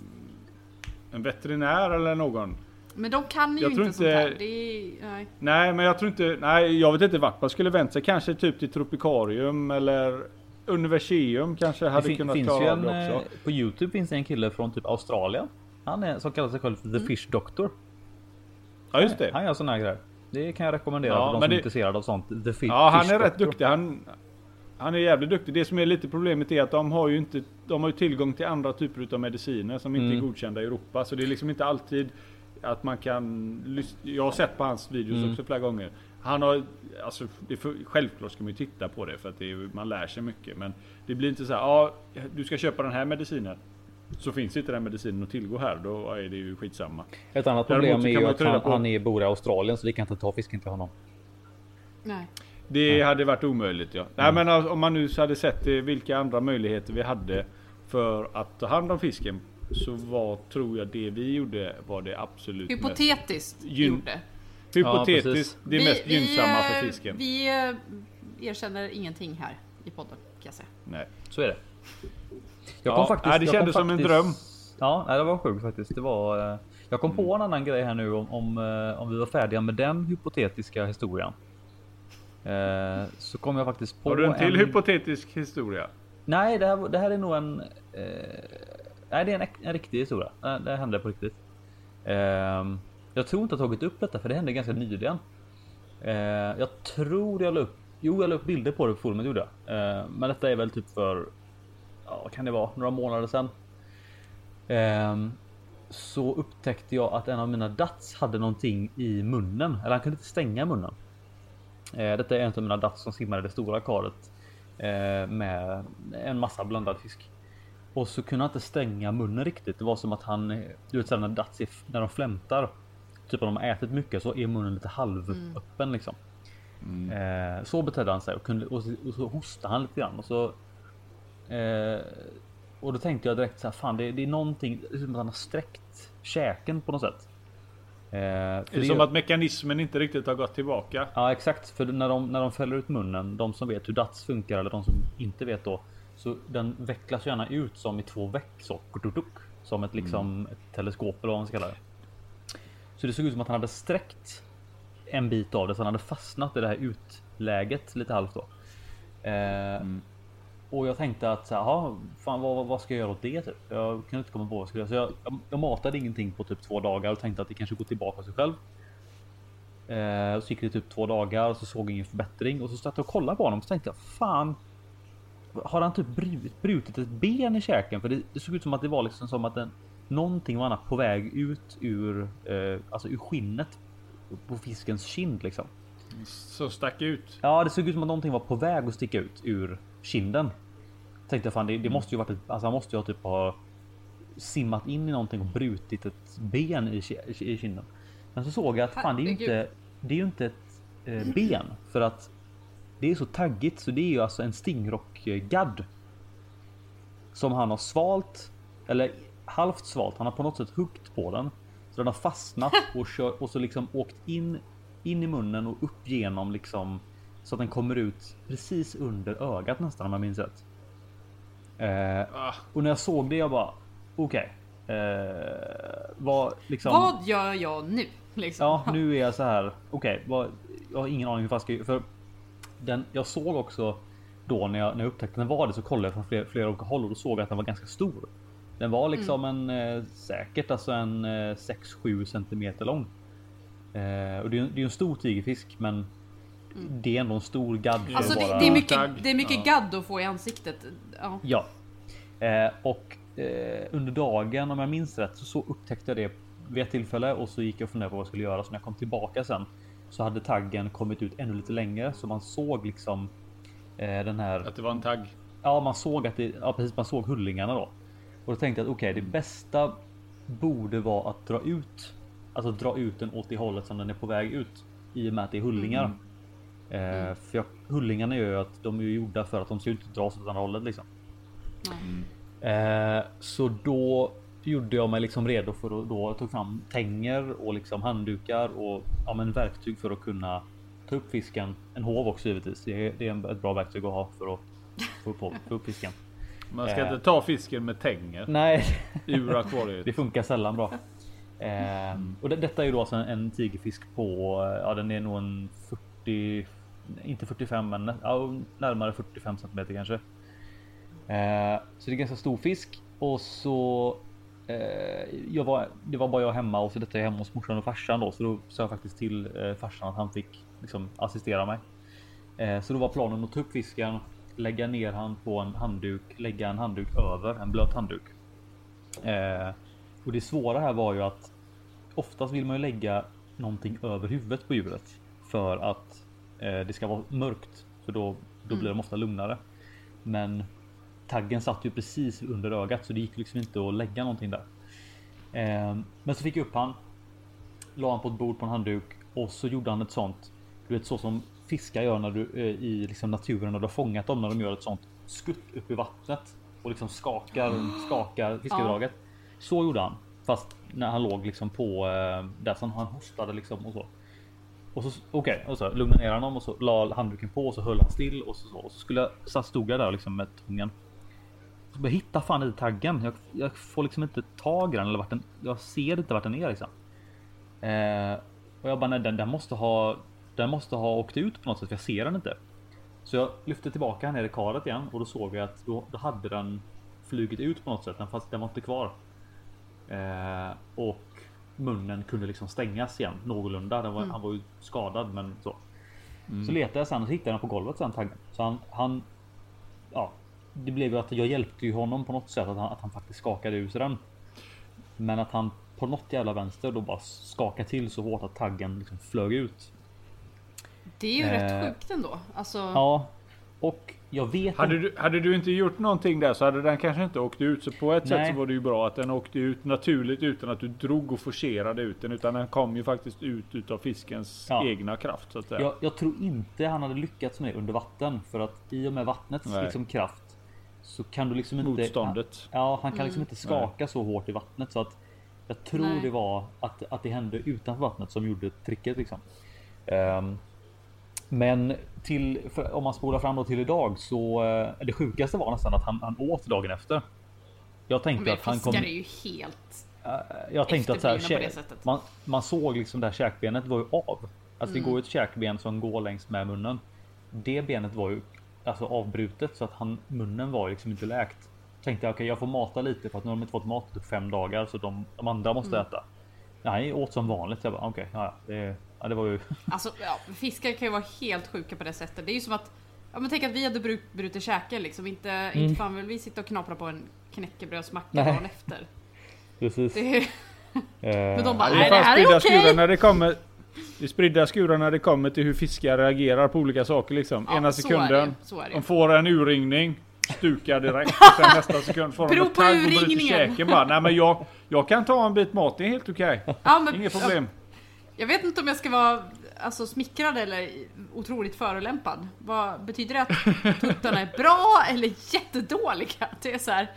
en veterinär eller någon. Men de kan ju Jag inte, tror sånt inte- här. Det är, nej. Nej, men jag tror inte, nej, jag vet inte vart man skulle vänt sig. Kanske typ till Tropicarium eller Universium kanske Det hade fin- kunnat finns ju klara av en, det också. eh, på YouTube finns det en kille från typ Australien. Han är, som kallar sig själv för The Mm. Fish Doctor. Ja, just det. Han gör såna här grejer. Det kan jag rekommendera Ja, för de men som det- är intresserade av sånt. The Fi- Ja, han Fish är rätt Doctor. duktig. Han, han är jävligt duktig. Det som är lite problemet är att de har ju inte, de har ju tillgång till andra typer av mediciner som inte Mm. är godkända i Europa. Så det är liksom inte alltid att man kan lys- jag har sett på hans videos Mm. också flera gånger. Han har, alltså, det är för, självklart ska man ju titta på det för att det är, man lär sig mycket. Men det blir inte så här, ja, du ska köpa den här medicinen. Så finns inte den medicinen att tillgå här, då är det ju skitsamma. Ett annat Däremot problem så är kan ju man att ta reda han, på- han är, bor i Australien så vi kan inte ta fisken till honom. nej. Det hade varit omöjligt, ja. Nej, men alltså, om man nu så hade sett eh, vilka andra möjligheter vi hade för att ta hand om fisken, så var, tror jag, det vi gjorde var det absolut Hypotetiskt mest gyn- gjorde. Hypotetiskt Ja, det mest vi, gynnsamma eh, för fisken. Vi eh, erkänner ingenting här i podden, kan jag säga. Nej. Så är det. Jag kom ja, faktiskt, nej, det jag kändes kom som faktiskt, en dröm. Ja, nej, det var sjukt faktiskt. Det var, eh, jag kom på en annan grej här nu om, om, eh, om vi var färdiga med den hypotetiska historien. Eh, så kom jag faktiskt på Har du en till en... hypotetisk historia? Nej, det här, det här är nog en... Eh, nej, det är en, en riktig historia. Det, det hände på riktigt. Eh, jag tror inte jag tagit upp detta, för det hände ganska nyligen. Eh, jag tror jag la upp... Jo, jag la upp bilder på det på forumet, gjorde jag. Eh, men detta är väl typ för... Ja, vad kan det vara? Några månader sedan. Eh, så upptäckte jag att en av mina dats hade någonting i munnen. Eller han kunde inte stänga munnen. Eh, detta är en av mina dats som simmade det stora karet. Eh, med en massa blandad fisk. Och så kunde han inte stänga munnen riktigt. Det var som att han, du vet, när dats är, när de flämtar, typ om de har ätit mycket, så är munnen lite halvöppen mm. liksom. Mm. Eh, så betedde han sig och, kunde, och, så, och så hostade han lite grann. Och så eh, och då tänkte jag direkt så här, fan det, det är någonting, det är som att han har sträckt käken på något sätt. Eh, det är det som gör, att mekanismen inte riktigt har gått tillbaka. Ja, exakt. För när de, när de fäller ut munnen, de som vet hur dats funkar eller de som inte vet då, så den vecklas gärna ut som i två veck, så som ett liksom mm. ett teleskop eller vad man ska kalla det. Så det såg ut som att han hade sträckt en bit av det, så han hade fastnat i det här utläget lite halvt då. Eh, mm. Och jag tänkte att jaha, fan vad, vad ska jag göra åt det typ? Jag kunde inte komma på vad jag skulle göra. Så jag, jag, jag matade ingenting på typ två dagar och tänkte att det kanske går tillbaka sig själv. Eh, så gick det typ två dagar och så såg jag ingen förbättring. Och så satt jag och kollade på honom och så tänkte jag, fan, har han typ brutit, brutit ett ben i käken? För det, det såg ut som att det var liksom som att den, någonting var på väg ut ur, eh, alltså ur skinnet på fiskens kind liksom. Så stack ut. Ja, det såg ut som att någonting var på väg att sticka ut ur kinden. Tänkte jag, fan det, det måste ju varit ett, alltså han måste ju ha typ ha simmat in i någonting och brutit ett ben i, i kinden. Men så såg jag att fan det är ju inte, det är ju inte ett eh, ben, för att det är så taggigt, så det är ju alltså en stingrockgadd som han har svalt, eller halvt svalt. Han har på något sätt huggt på den, så den har fastnat och kör, och så liksom åkt in in i munnen och upp genom liksom, så att den kommer ut precis under ögat nästan, om jag minns rätt. Eh, ah. Och när jag såg det, jag bara okej, okay, eh, vad liksom, vad gör jag nu liksom? Ja, nu är jag så här. Okej, okay, jag har ingen aning hur jag ska, för den, jag såg också då när jag, när jag upptäckte den var det, så kollade jag från flera, flera olika håll och då såg jag att den var ganska stor. Den var liksom mm. en eh, säkert alltså en eh, sex sju centimeter lång. Eh, och det är ju en stor tigerfisk, men mm. det är ändå en stor gadd. Alltså det, det är mycket, det är mycket ja. gadd att få i ansiktet. Ja. Ja. Eh, och eh, under dagen, om jag minns rätt, så, så upptäckte jag det vid ett tillfälle och så gick jag och funderade på vad jag skulle göra. Så när jag kom tillbaka sen så hade taggen kommit ut ännu lite längre, så man såg liksom eh, den här. Att det var en tagg. Ja, man såg att det, ja precis, man såg hullingarna då. Och då tänkte jag att okej, okay, det bästa borde vara att dra ut. Alltså dra ut den åt det hållet som den är på väg ut, i och med att det är hullingar. Mm. Eh, för jag, hullingarna gör ju att de är gjorda för att de ska inte dras åt andra hållet liksom. Mm. Eh, så då gjorde jag mig liksom redo för att då tog fram tänger och liksom handdukar och ja, men verktyg för att kunna ta upp fisken. En hov också givetvis. Det är, det är ett bra verktyg att ha för att få upp, få upp fisken. Man ska eh, inte ta fisken med tänger. Nej, ur akvariet. Det funkar sällan bra. Eh, mm. Och det, detta är ju då alltså en, en tigerfisk på, ja den är nog en fyrtio, inte fyrtiofem men ja, närmare fyrtiofem centimeter kanske. Eh, så det är ganska stor fisk. Och så eh, jag var, det var bara jag hemma, och så detta är hemma hos morsan och farsan då, så då sa jag faktiskt till eh, farsan att han fick liksom assistera mig. Eh, så då var planen att ta upp fisken, lägga ner han på en handduk, lägga en handduk över, en blöt handduk. Eh, Och det svåra här var ju att oftast vill man ju lägga någonting över huvudet på djuret för att eh, det ska vara mörkt, för då, då blir de ofta lugnare. Men taggen satt ju precis under ögat, så det gick liksom inte att lägga någonting där. Eh, men så fick jag upp han, la han på ett bord på en handduk, och så gjorde han ett sånt, du vet så som fiskar gör när du eh, i liksom naturen, när du har fångat dem, när de gör ett sånt skutt upp i vattnet. och liksom skakar, skakar fiskedraget. Ja. Så gjorde han. Fast när han låg liksom på eh, där som han hostade liksom och så. Och så okej, okay, och så lugnade ner honom och så la handduken på och så höll han still och så, så, och så skulle jag, så stod jag där liksom med tungen. Så bara hitta fan i taggen. Jag, jag får liksom inte tag i den eller vart den, jag ser inte vart den är liksom. Eh, och jag bara nej, den, den måste ha den måste ha åkt ut på något sätt för jag ser den inte. Så jag lyfte tillbaka ner i karet igen och då såg jag att då, då hade den flugit ut på något sätt, den fast den var inte kvar. Eh, och munnen kunde liksom stängas igen någorlunda. Den var, mm. Han var ju skadad men så. Mm. Så letade jag sen och hittade den på golvet sen taggen. Så han, han ja, det blev ju att jag hjälpte ju honom på något sätt att han, att han faktiskt skakade ur sig den. Men att han på något jävla vänster då bara skakade till så hårt att taggen liksom flög ut. Det är ju eh, rätt sjukt ändå. Alltså... Ja. Och jag vet hade du, hade du inte gjort någonting där så hade den kanske inte åkt ut. Så på ett Nej. sätt så var det ju bra att den åkte ut naturligt utan att du drog och forcerade ut den. Utan den kom ju faktiskt ut utav fiskens ja. egna kraft så att säga. Jag, jag tror inte han hade lyckats med det under vatten. För att i och med vattnets liksom, kraft så kan du liksom inte... Motståndet. Ja, han kan liksom mm. inte skaka Nej. så hårt i vattnet. Så att jag tror Nej. det var att, att det hände utanför vattnet som gjorde tricket liksom. Um, Men till, för, om man spolar fram då till idag så eh, det sjukaste var nästan att han, han åt dagen efter. Jag tänkte men att han kom. Fiskar är ju helt. Uh, jag tänkte att så här, kä- man, man såg liksom det här käkbenet var ju av. Alltså mm. det går ju ett käkben som går längs med munnen. Det benet var ju alltså avbrutet så att han munnen var liksom inte läkt. Tänkte jag okej, okay, jag får mata lite för att nu har de inte fått mat på fem dagar så de, de andra måste mm. äta. Nej, åt som vanligt. Jag bara okej, okay, ja, det Ja, det var ju... Alltså, ja, fiskar kan ju vara helt sjuka på det sättet. Det är ju som att, ja men tänk att vi hade brut, brutit käken liksom. Inte, mm. inte fan vill vi sitta och knapra på en knäckebrödsmacka dagen efter. Precis. Det är... men de bara, ja, nej det här är okej. Okay. När det kommer, det spridda skurar när det kommer till hur fiskar reagerar på olika saker liksom. Ja, Ena sekunden, så är det. De får en urringning, stukar direkt. Och sen nästa sekund får de ett tagg och bryter käken. Bara, nej men jag, jag kan ta en bit mat, det är helt okej. Okay. Ja, men, inget problem. Ja. Jag vet inte om jag ska vara alltså, smickrad eller otroligt förolämpad. Vad betyder det att tuttarna är bra eller jättedåliga? Det är så här.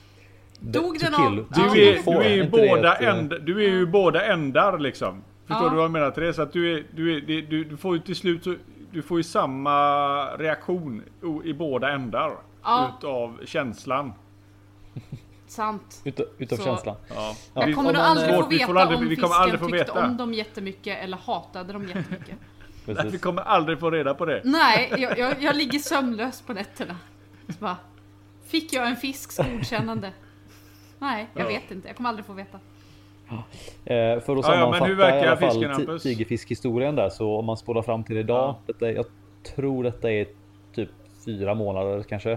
Dog den av... Du är, du är ju båda ändar, du är ju båda ändar liksom. Förstår ja. du vad jag menar till det? Så att du är, du är, du, du får ju till slut så, du får ju samma reaktion i båda ändar ja. utav känslan. Sant. Utav, utav så, känslan. Ja. Jag kommer nog aldrig få veta aldrig, om vi fisken aldrig få tyckte veta. om dem jättemycket eller hatade dem jättemycket. Nej, vi kommer aldrig få reda på det. Nej, jag, jag, jag ligger sömnlös på nätterna. Så bara, fick jag en fisks godkännande? Nej, jag ja. vet inte. Jag kommer aldrig få veta. Ja. Eh, för att sammanfatta ja, ja, men hur verkar i alla fall tigerfiskhistorien där, så om man spolar fram till idag, ja. detta, jag tror detta är typ fyra månader kanske,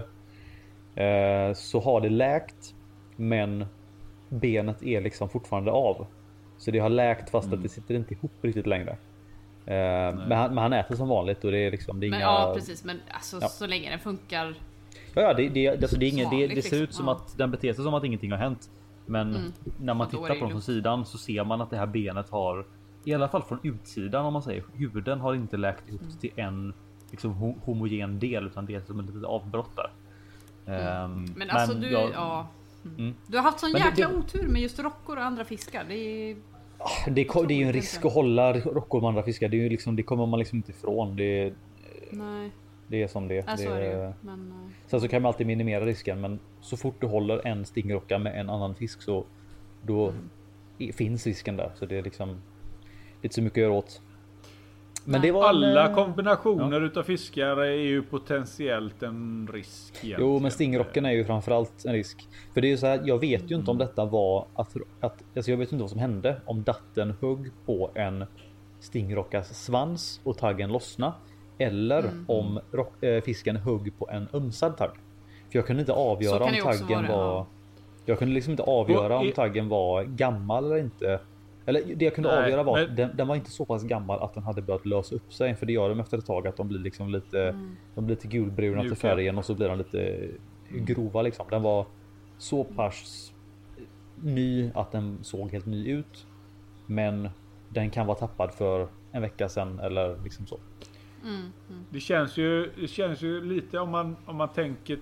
eh, så har det läkt. Men benet är liksom fortfarande av. Så det har läkt fast mm. att det sitter inte ihop riktigt längre. Uh, men, han, men han äter som vanligt och det är liksom det är men, inga... Ja precis, men alltså, ja. så länge den funkar. Ja, ja det, det, alltså, det, är ingen, det, det ser ut som ja. att den beter sig som att ingenting har hänt. Men mm. när man tittar på den från sidan så ser man att det här benet har, i alla fall från utsidan om man säger, huden har inte läkt ihop mm. till en liksom, homogen del utan det är som ett litet avbrott där. Mm. Um, men alltså men, du, jag, ja... Mm. Du har haft sån men jäkla det, otur med just rockor och andra fiskar. Det är, det, det är ju en risk att hålla rockor med andra fiskar. Det, är ju liksom, det kommer man liksom inte ifrån. Det, Nej. det är som det, ja, det är det. Men, sen så kan man alltid minimera risken. Men så fort du håller en stingrocka med en annan fisk så då mm. finns risken där. Så det är liksom inte så mycket att göra åt. Men det var alla en, kombinationer ja. utav fiskar är ju potentiellt en risk egentligen. Jo, men stingrocken är ju framförallt en risk. För det är ju så här, jag vet ju mm. inte om detta var att, att alltså jag vet inte vad som hände. Om datten hugg på en stingrockas svans och taggen lossna. Eller mm. om rock, äh, fisken hugg på en ömsad tagg. För jag kunde inte avgöra om taggen var... Ja. Jag kunde liksom inte avgöra om taggen var gammal eller inte. Eller det jag kunde Nej, avgöra var men... att den, den var inte så pass gammal att den hade börjat lösa upp sig. För det gör de efter ett tag att de blir liksom lite mm. de blir lite gulbruna till färgen och så blir de lite grova liksom. Den var så pass ny att den såg helt ny ut. Men den kan vara tappad för en vecka sedan eller liksom så. Mm, mm. Det känns ju det känns ju lite om man om man tänker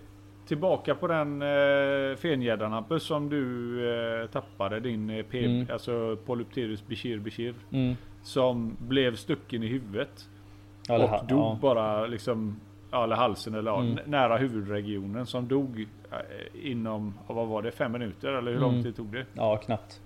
tillbaka på den eh, fengäddarnappen som du eh, tappade, din eh, P, Mm. alltså Polypterus bichir bichir, Mm. som blev stucken i huvudet Eller, och ha- dog ja. bara liksom, ja, eller halsen eller ja, Mm. n- nära huvudregionen, som dog eh, inom, ja, vad var det, fem minuter eller hur Mm. lång tid tog det? Ja, knappt.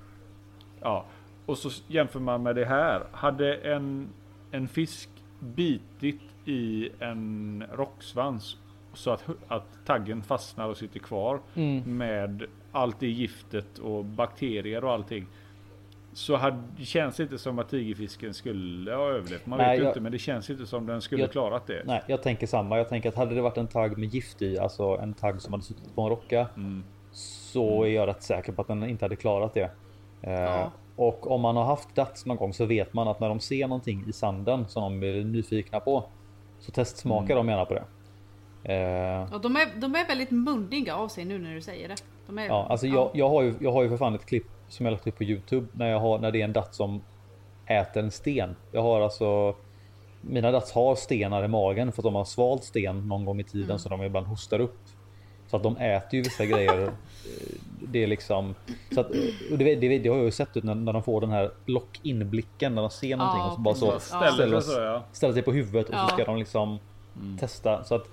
Ja, och så jämför man med det här. Hade en, en fisk bitit i en rocksvans så att, hu- att taggen fastnar och sitter kvar Mm. med allt det giftet och bakterier och allting, så hade, det känns inte som att tigerfisken skulle ha överlevt. Man Nej, vet ju jag- inte, men det känns inte som den skulle Jag- klarat det. Nej, jag tänker samma. Jag tänker att hade det varit en tagg med gift i, alltså en tagg som hade suttit på en rocka, Mm. så är jag rätt säker på att den inte hade klarat det. Eh, Ja. Och om man har haft dats någon gång så vet man att när de ser någonting i sanden som de är nyfikna på, så testsmakar Mm. de gärna på det. Eh, Och de är, de är väldigt mundiga av sig nu när du säger det. De är, Ja, alltså jag, jag, har ju, jag har ju för fan ett klipp som jag lagt upp på Youtube när, jag har, när det är en datt som äter en sten. Jag har alltså, mina dats har stenar i magen för att de har svalt sten någon gång i tiden, Mm. så de ibland hostar upp. Så att de äter ju vissa grejer. Eh, Det är liksom så att, och det, det, det har jag ju sett ut när, när de får den här lock-in-blicken när de ser någonting Ja, och så bara så precis. Ställer ställer, sig så, ja. ställer sig på huvudet och Ja. så ska de liksom testa. Så att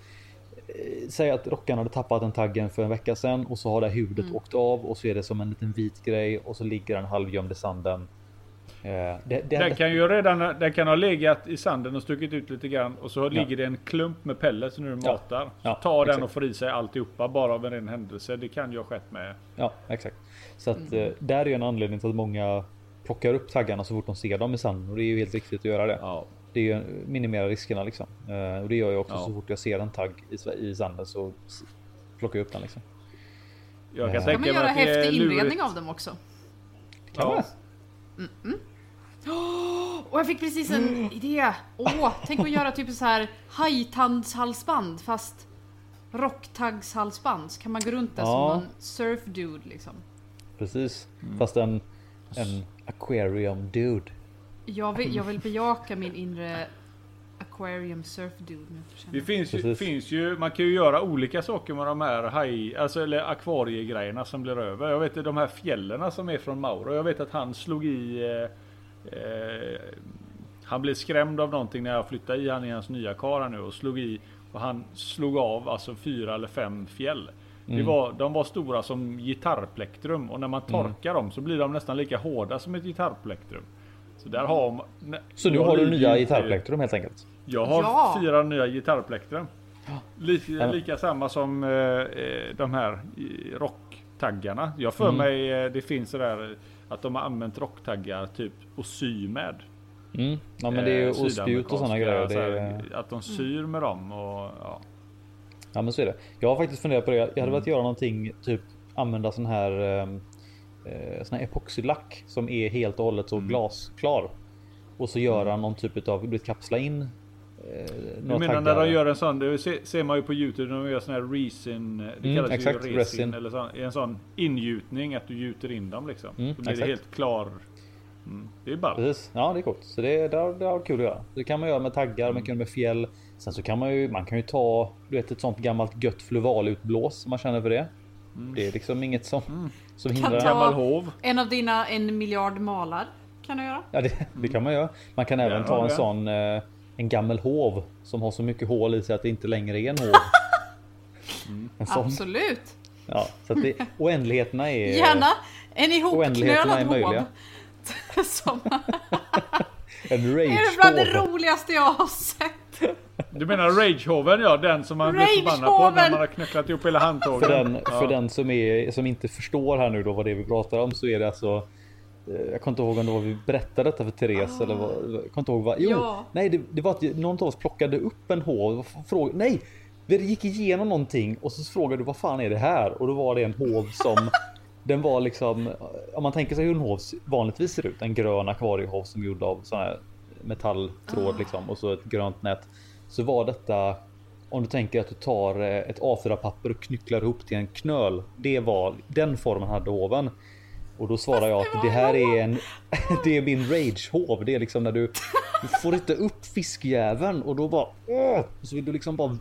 eh, säg att rockan hade tappat den taggen för en vecka sedan och så har det huvudet Mm. åkt av och så är det som en liten vit grej och så ligger den halvgömd i sanden. Eh, det, det, Den kan ju redan, den kan ha legat i sanden och stuckit ut lite grann, och så ligger det en klump med pellets när du Ja. matar. Ja, Så tar den exakt. och får i sig alltihopa bara av en ren händelse. Det kan ju ha skett med. Ja, exakt. Så att eh, där är ju en anledning till att många plockar upp taggarna så fort de ser dem i sanden, och det är ju helt riktigt att göra det. Ja. Det är ju minimera riskerna liksom. Eh, och det gör jag också Ja. så fort jag ser en tagg i, sve- i sanden så s- plockar jag upp den liksom. Jag kan Ja. kan tänka man göra mig att det är häftig lurigt. inredning av dem också. Kan man? Ja. Och jag fick precis en idé. Åh, tänk att göra typ så här hajtandshalsband fast rocktaggshalsband. Så kan man gå runt där Ja. som en surfdude liksom. Precis. Mm. Fast en, en aquarium dude. Jag vill, jag vill bejaka min inre aquarium surfdude nu. Det finns ju, Precis. finns ju, man kan ju göra olika saker med de här haj, alltså, eller akvariegrejerna som blir över. Jag vet att de här fjällerna som är från Mauro, jag vet att han slog i eh, eh, han blev skrämd av någonting när jag flyttade i han i hans nya kar nu och slog i, och han slog av alltså fyra eller fem fjäll. Det Mm. var, de var stora som gitarrplektrum, och när man torkar dem så blir de nästan lika hårda som ett gitarrplektrum. Så där har man, Så nu jag har du lider nya ju- gitarrplektrum helt enkelt. Jag har Ja. fyra nya gitarrplektrum. Lika, Ja. lika samma som eh, eh, de här eh, rocktaggarna. Jag för Mm. mig eh, det finns sådär att de har använt rocktaggar typ och sy med. Mm. Ja, men det är ju Eh, och spjut och sydamerikanska, sådana grejer. Det så här, är, Att de syr med dem och ja. ja, men så är det. Jag har faktiskt funderat på det. Jag hade velat göra någonting, typ använda sån här ehm, eh, sån här epoxylack som är helt och hållet så Mm. glasklar. Och så göra någon typ av, du vet, kapsla in eh, Du några menar taggar. när de gör en sån, det ser, ser man ju på Youtube när de gör sån här resin, det Mm, kallas exakt, ju resin, resin. eller sån, en sån ingjutning, att du gjuter in dem liksom. Mm, Så blir exakt. det helt klar. Mm, det är bara. Precis. Ja, det är coolt. Så det, det, har, det har kul att göra. Det kan man göra med taggar, man kan göra med fjäll. Sen så kan man ju, man kan ju ta, du vet, ett sånt gammalt gött fluvalutblås om man känner för det. Det är liksom inget som, som Kan hindrar. ta- Gammal hov. En av dina en miljard malar kan du göra. Ja, det, det kan man göra. Man kan även Ja, ta en det. sån eh, en gammal hov som har så mycket hål i sig att det inte längre är en hov. En sån. Absolut. Ja, så att det, oändligheterna är Gärna en oändligheterna är ihopknölad möjliga. håv. Som En är det bland det rage-hov. roligaste jag har sett. Du menar ragehoven, ja, den som man blir förbannad på Ragehoven! när man har knycklat ihop hela handtagen. För den, ja. för den som, är, som inte förstår här nu då vad det är vi pratar om, så är det alltså eh, jag kommer inte ihåg om det var vi berättade detta för Therese eller vad, jag kommer inte ihåg vad. Jo, Ja. nej det, det var att någon av oss plockade upp en hov. Fråga, nej, vi gick igenom någonting och så frågade du vad fan är det här? Och då var det en hov som den var liksom, om man tänker sig hur en hov vanligtvis ser ut, en grön akvariehov som är gjord av sån här metalltråd liksom och så ett grönt nät, så var detta, om du tänker att du tar eh, ett A fyra papper och knycklar ihop till en knöl, det var den formen hade hoven. Och då svarar jag att det här är en det är min rage-hov. Det är liksom när du du får inte upp fiskjäveln och då bara åh, och så vill du liksom bara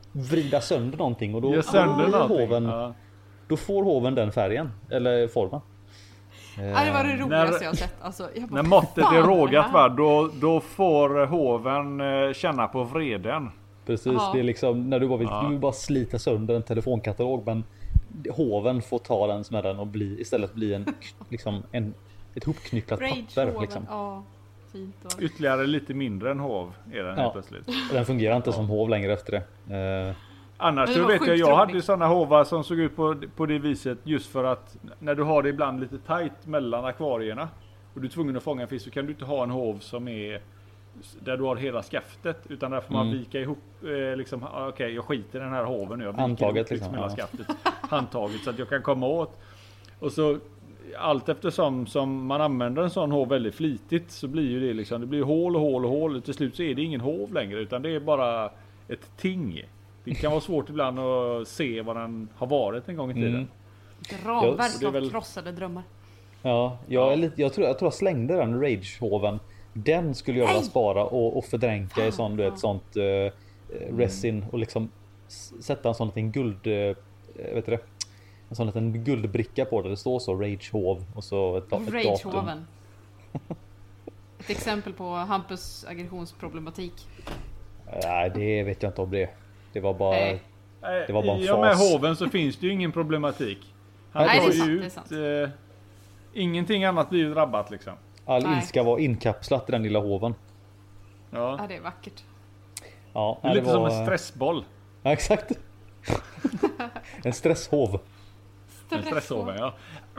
vrida sönder någonting och då Gör sönder får någonting. hoven, Ja. då får hoven den färgen eller formen. Ja, det var det roligaste När- jag har sett. Alltså, jag bara, När måttet fan, är det rågat här- va, då, då får hoven eh, känna på vreden. Precis, Ja. det är liksom när du bara vill, Ja. du vill bara slita sönder en telefonkatalog, men hoven får ta den smällen och bli, istället bli en, liksom en, ett hopknycklat papper. Rage-hoven. Liksom. Ja, fint. Och... Ytterligare lite mindre än hov är den Ja. helt plötsligt. Och den fungerar inte som hov längre efter det. Eh, Annars Men det så var vet jag, sjukt jag hade ju roligt. sådana hovar som såg ut på, på det viset just för att när du har det ibland lite tight mellan akvarierna och du är tvungen att fånga en fisk så kan du inte ha en hov som är där du har hela skaftet utan där får man Mm. vika ihop eh, liksom, ah, okej okay, jag skiter i den här hoven nu, jag viker Handtaget ihop liksom, hela ja. skaftet, handtaget så att jag kan komma åt. Och så allt eftersom som man använder en sån hov väldigt flitigt så blir ju det liksom, det blir hål och hål och hål och till slut så är det ingen hov längre utan det är bara ett ting. Det kan vara svårt ibland att se vad den har varit en gång i tiden. Mm. Ett ramverk det är av väl- krossade drömmar. ja, jag, är lite, jag, tror, jag tror jag slängde den Rage-hoven. Den skulle jag vilja Nej! spara och, och fördränka i sån, du vet, Ja. sånt uh, resin och liksom s- sätta en sån liten guld, uh, vet du det? En sån liten guldbricka på det. Det står så Rage-hov och så ett, da- ett datum. Rage-hoven. Ett exempel på Hampus aggressionsproblematik. Nej, det vet jag inte om det. Det var bara... Nej. Nej, Det var bara en I och med fas. hoven så finns det ju ingen problematik. Han Nej, tar det är ju sant, ut, det är sant. Eh, ingenting annat blir ju drabbat liksom. All Nej. ilska var inkapslat i den lilla hoven. Ja. Ja, det är vackert. Ja, Det är nej, lite var... som en stressboll. Ja, exakt. En stresshov. En stresshoven, ja.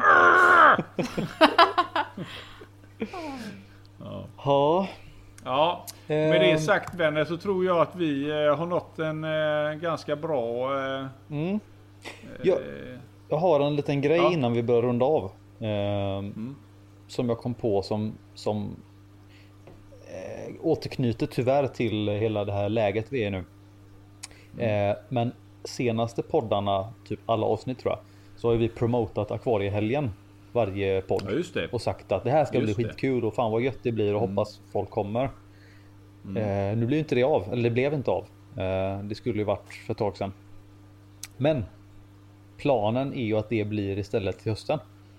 Ja. Ja, med det Ehm. sagt vänner så tror jag att vi eh, har nått en eh, ganska bra... Eh, Mm. Ja. eh, Jag har en liten grej Ja. innan vi börjar runda av. Ehm, Mm. Som jag kom på som, som eh, återknyter tyvärr till hela det här läget vi är nu. Eh, men senaste poddarna, typ alla avsnitt tror jag, så har vi promotat akvariehelgen varje podd. ja, just det. Och sagt att det här ska Just bli det. skitkul och fan vad gött det blir och Mm. hoppas folk kommer. Mm. Eh, nu blir inte det av, eller det blev inte av. Eh, det skulle ju varit för ett tag sedan. Men planen är ju att det blir istället till hösten.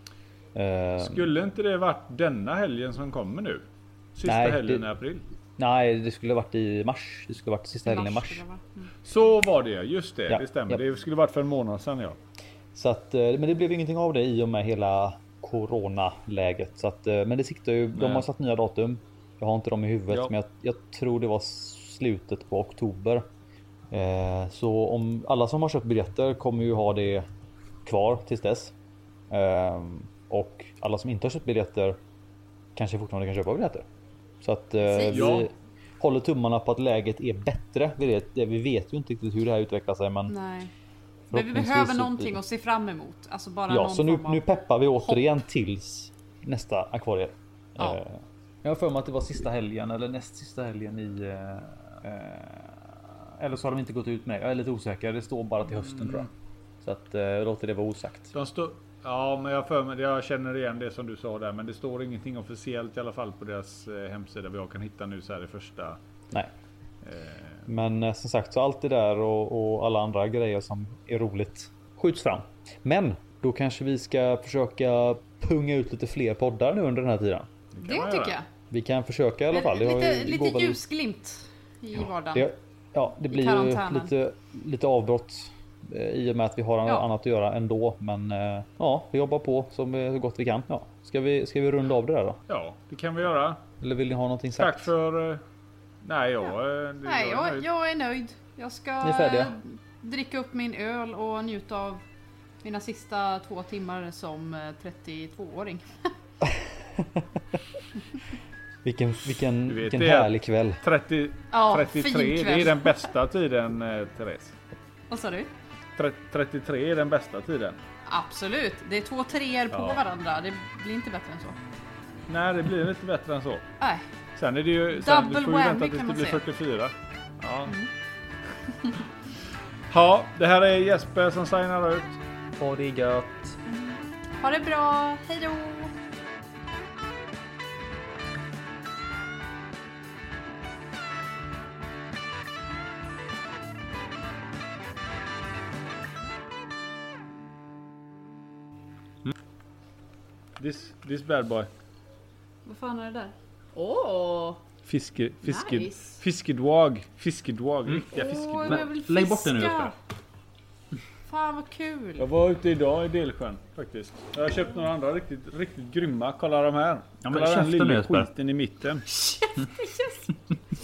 Eh, Skulle inte det varit denna helgen som kommer nu? Sista Nej, helgen det- i april. nej, det skulle varit i mars. Det skulle varit sista helgen i mars. skulle det vara. Mm. Så var det, just det. Ja, Det stämmer. ja. Det skulle varit för en månad sedan ja. Så att, eh, men det blev ingenting av det i och med hela coronaläget. Så att, eh, men det siktar ju. De Nej. har satt nya datum. Jag har inte dem i huvudet, Ja. men jag, jag tror det var slutet på oktober. Eh, så om alla som har köpt biljetter kommer ju ha det kvar tills dess. Eh, och alla som inte har köpt biljetter kanske fortfarande kan köpa biljetter. Så att eh, Precis. vi Ja. håller tummarna på att läget är bättre. Vi vet, vi vet ju inte riktigt hur det här utvecklar sig, men Nej. Men vi förhoppningsvis behöver så blir någonting det- att se fram emot. Alltså bara Ja, någon så nu, form av... nu peppar vi återigen tills nästa akvarier. Ja. Eh, jag har för mig att det var sista helgen eller näst sista helgen i... Eh, eh, eller så har de inte gått ut med det. Jag är lite osäker. Det står bara till hösten tror jag. Så att eh, låter det vara osagt. De stå- ja, men jag, för mig, jag känner igen det som du sa där. Men det står ingenting officiellt i alla fall på deras eh, hemsida. Vad jag kan hitta nu så här i första. Nej. Eh, Men eh, som sagt, så allt det där och, och alla andra grejer som är roligt skjuts fram. Men då kanske vi ska försöka punga ut lite fler poddar nu under den här tiden. kan Det man tycker göra. jag. Vi kan försöka i alla fall. Det har Lite, ju- lite går väl- ljusglimt i vardagen. Det, ja, det blir ju karantänen. lite, lite avbrott eh, i och med att vi har Ja. annat att göra ändå. Men eh, ja, vi jobbar på som eh, så gott vi kan. Ja. Ska, vi, ska vi runda av det där då? Ja, det kan vi göra. Eller vill ni ha någonting sagt? Tack för... eh, Nej, jag, eh, det- Nej, jag är jag, nöjd. jag är nöjd. Jag ska Ni är färdiga? eh, dricka upp min öl och njuta av mina sista två timmar som eh, trettiotvååring. Vilken, vilken, Du vet vilken det. härlig kväll. trettio, Ja, trettiotre, fin det är kväll. den bästa tiden, eh, Therese. Vad sa du? Tre- trettiotre är den bästa tiden. Absolut, det är två treor på Ja. varandra. Det blir inte bättre än så. Nej, det blir lite bättre än så. Nej, Sen är det ju... Sen, Double du får ju vänta whammy tills kan det man blir säga. fyrtiofyra. Ja. Ja, det här är Jesper som signar ut. Ha det gött. ha det bra. Hej då! This, this bad boy. Vad fan är det där? Åh! Fiske, fiske, Nice. fiskedvåg. Fiskedvåg. Mm. Riktiga Åh, fiskedvåg. men jag vill Lägg bort den nu, fiska. Oskar. Fan vad kul. Jag var ute idag i Delsjön faktiskt. Jag har köpt några andra riktigt, riktigt grymma. Kolla de här. Ja, men Kolla den käften lilla nu, Jesper. skiten i mitten.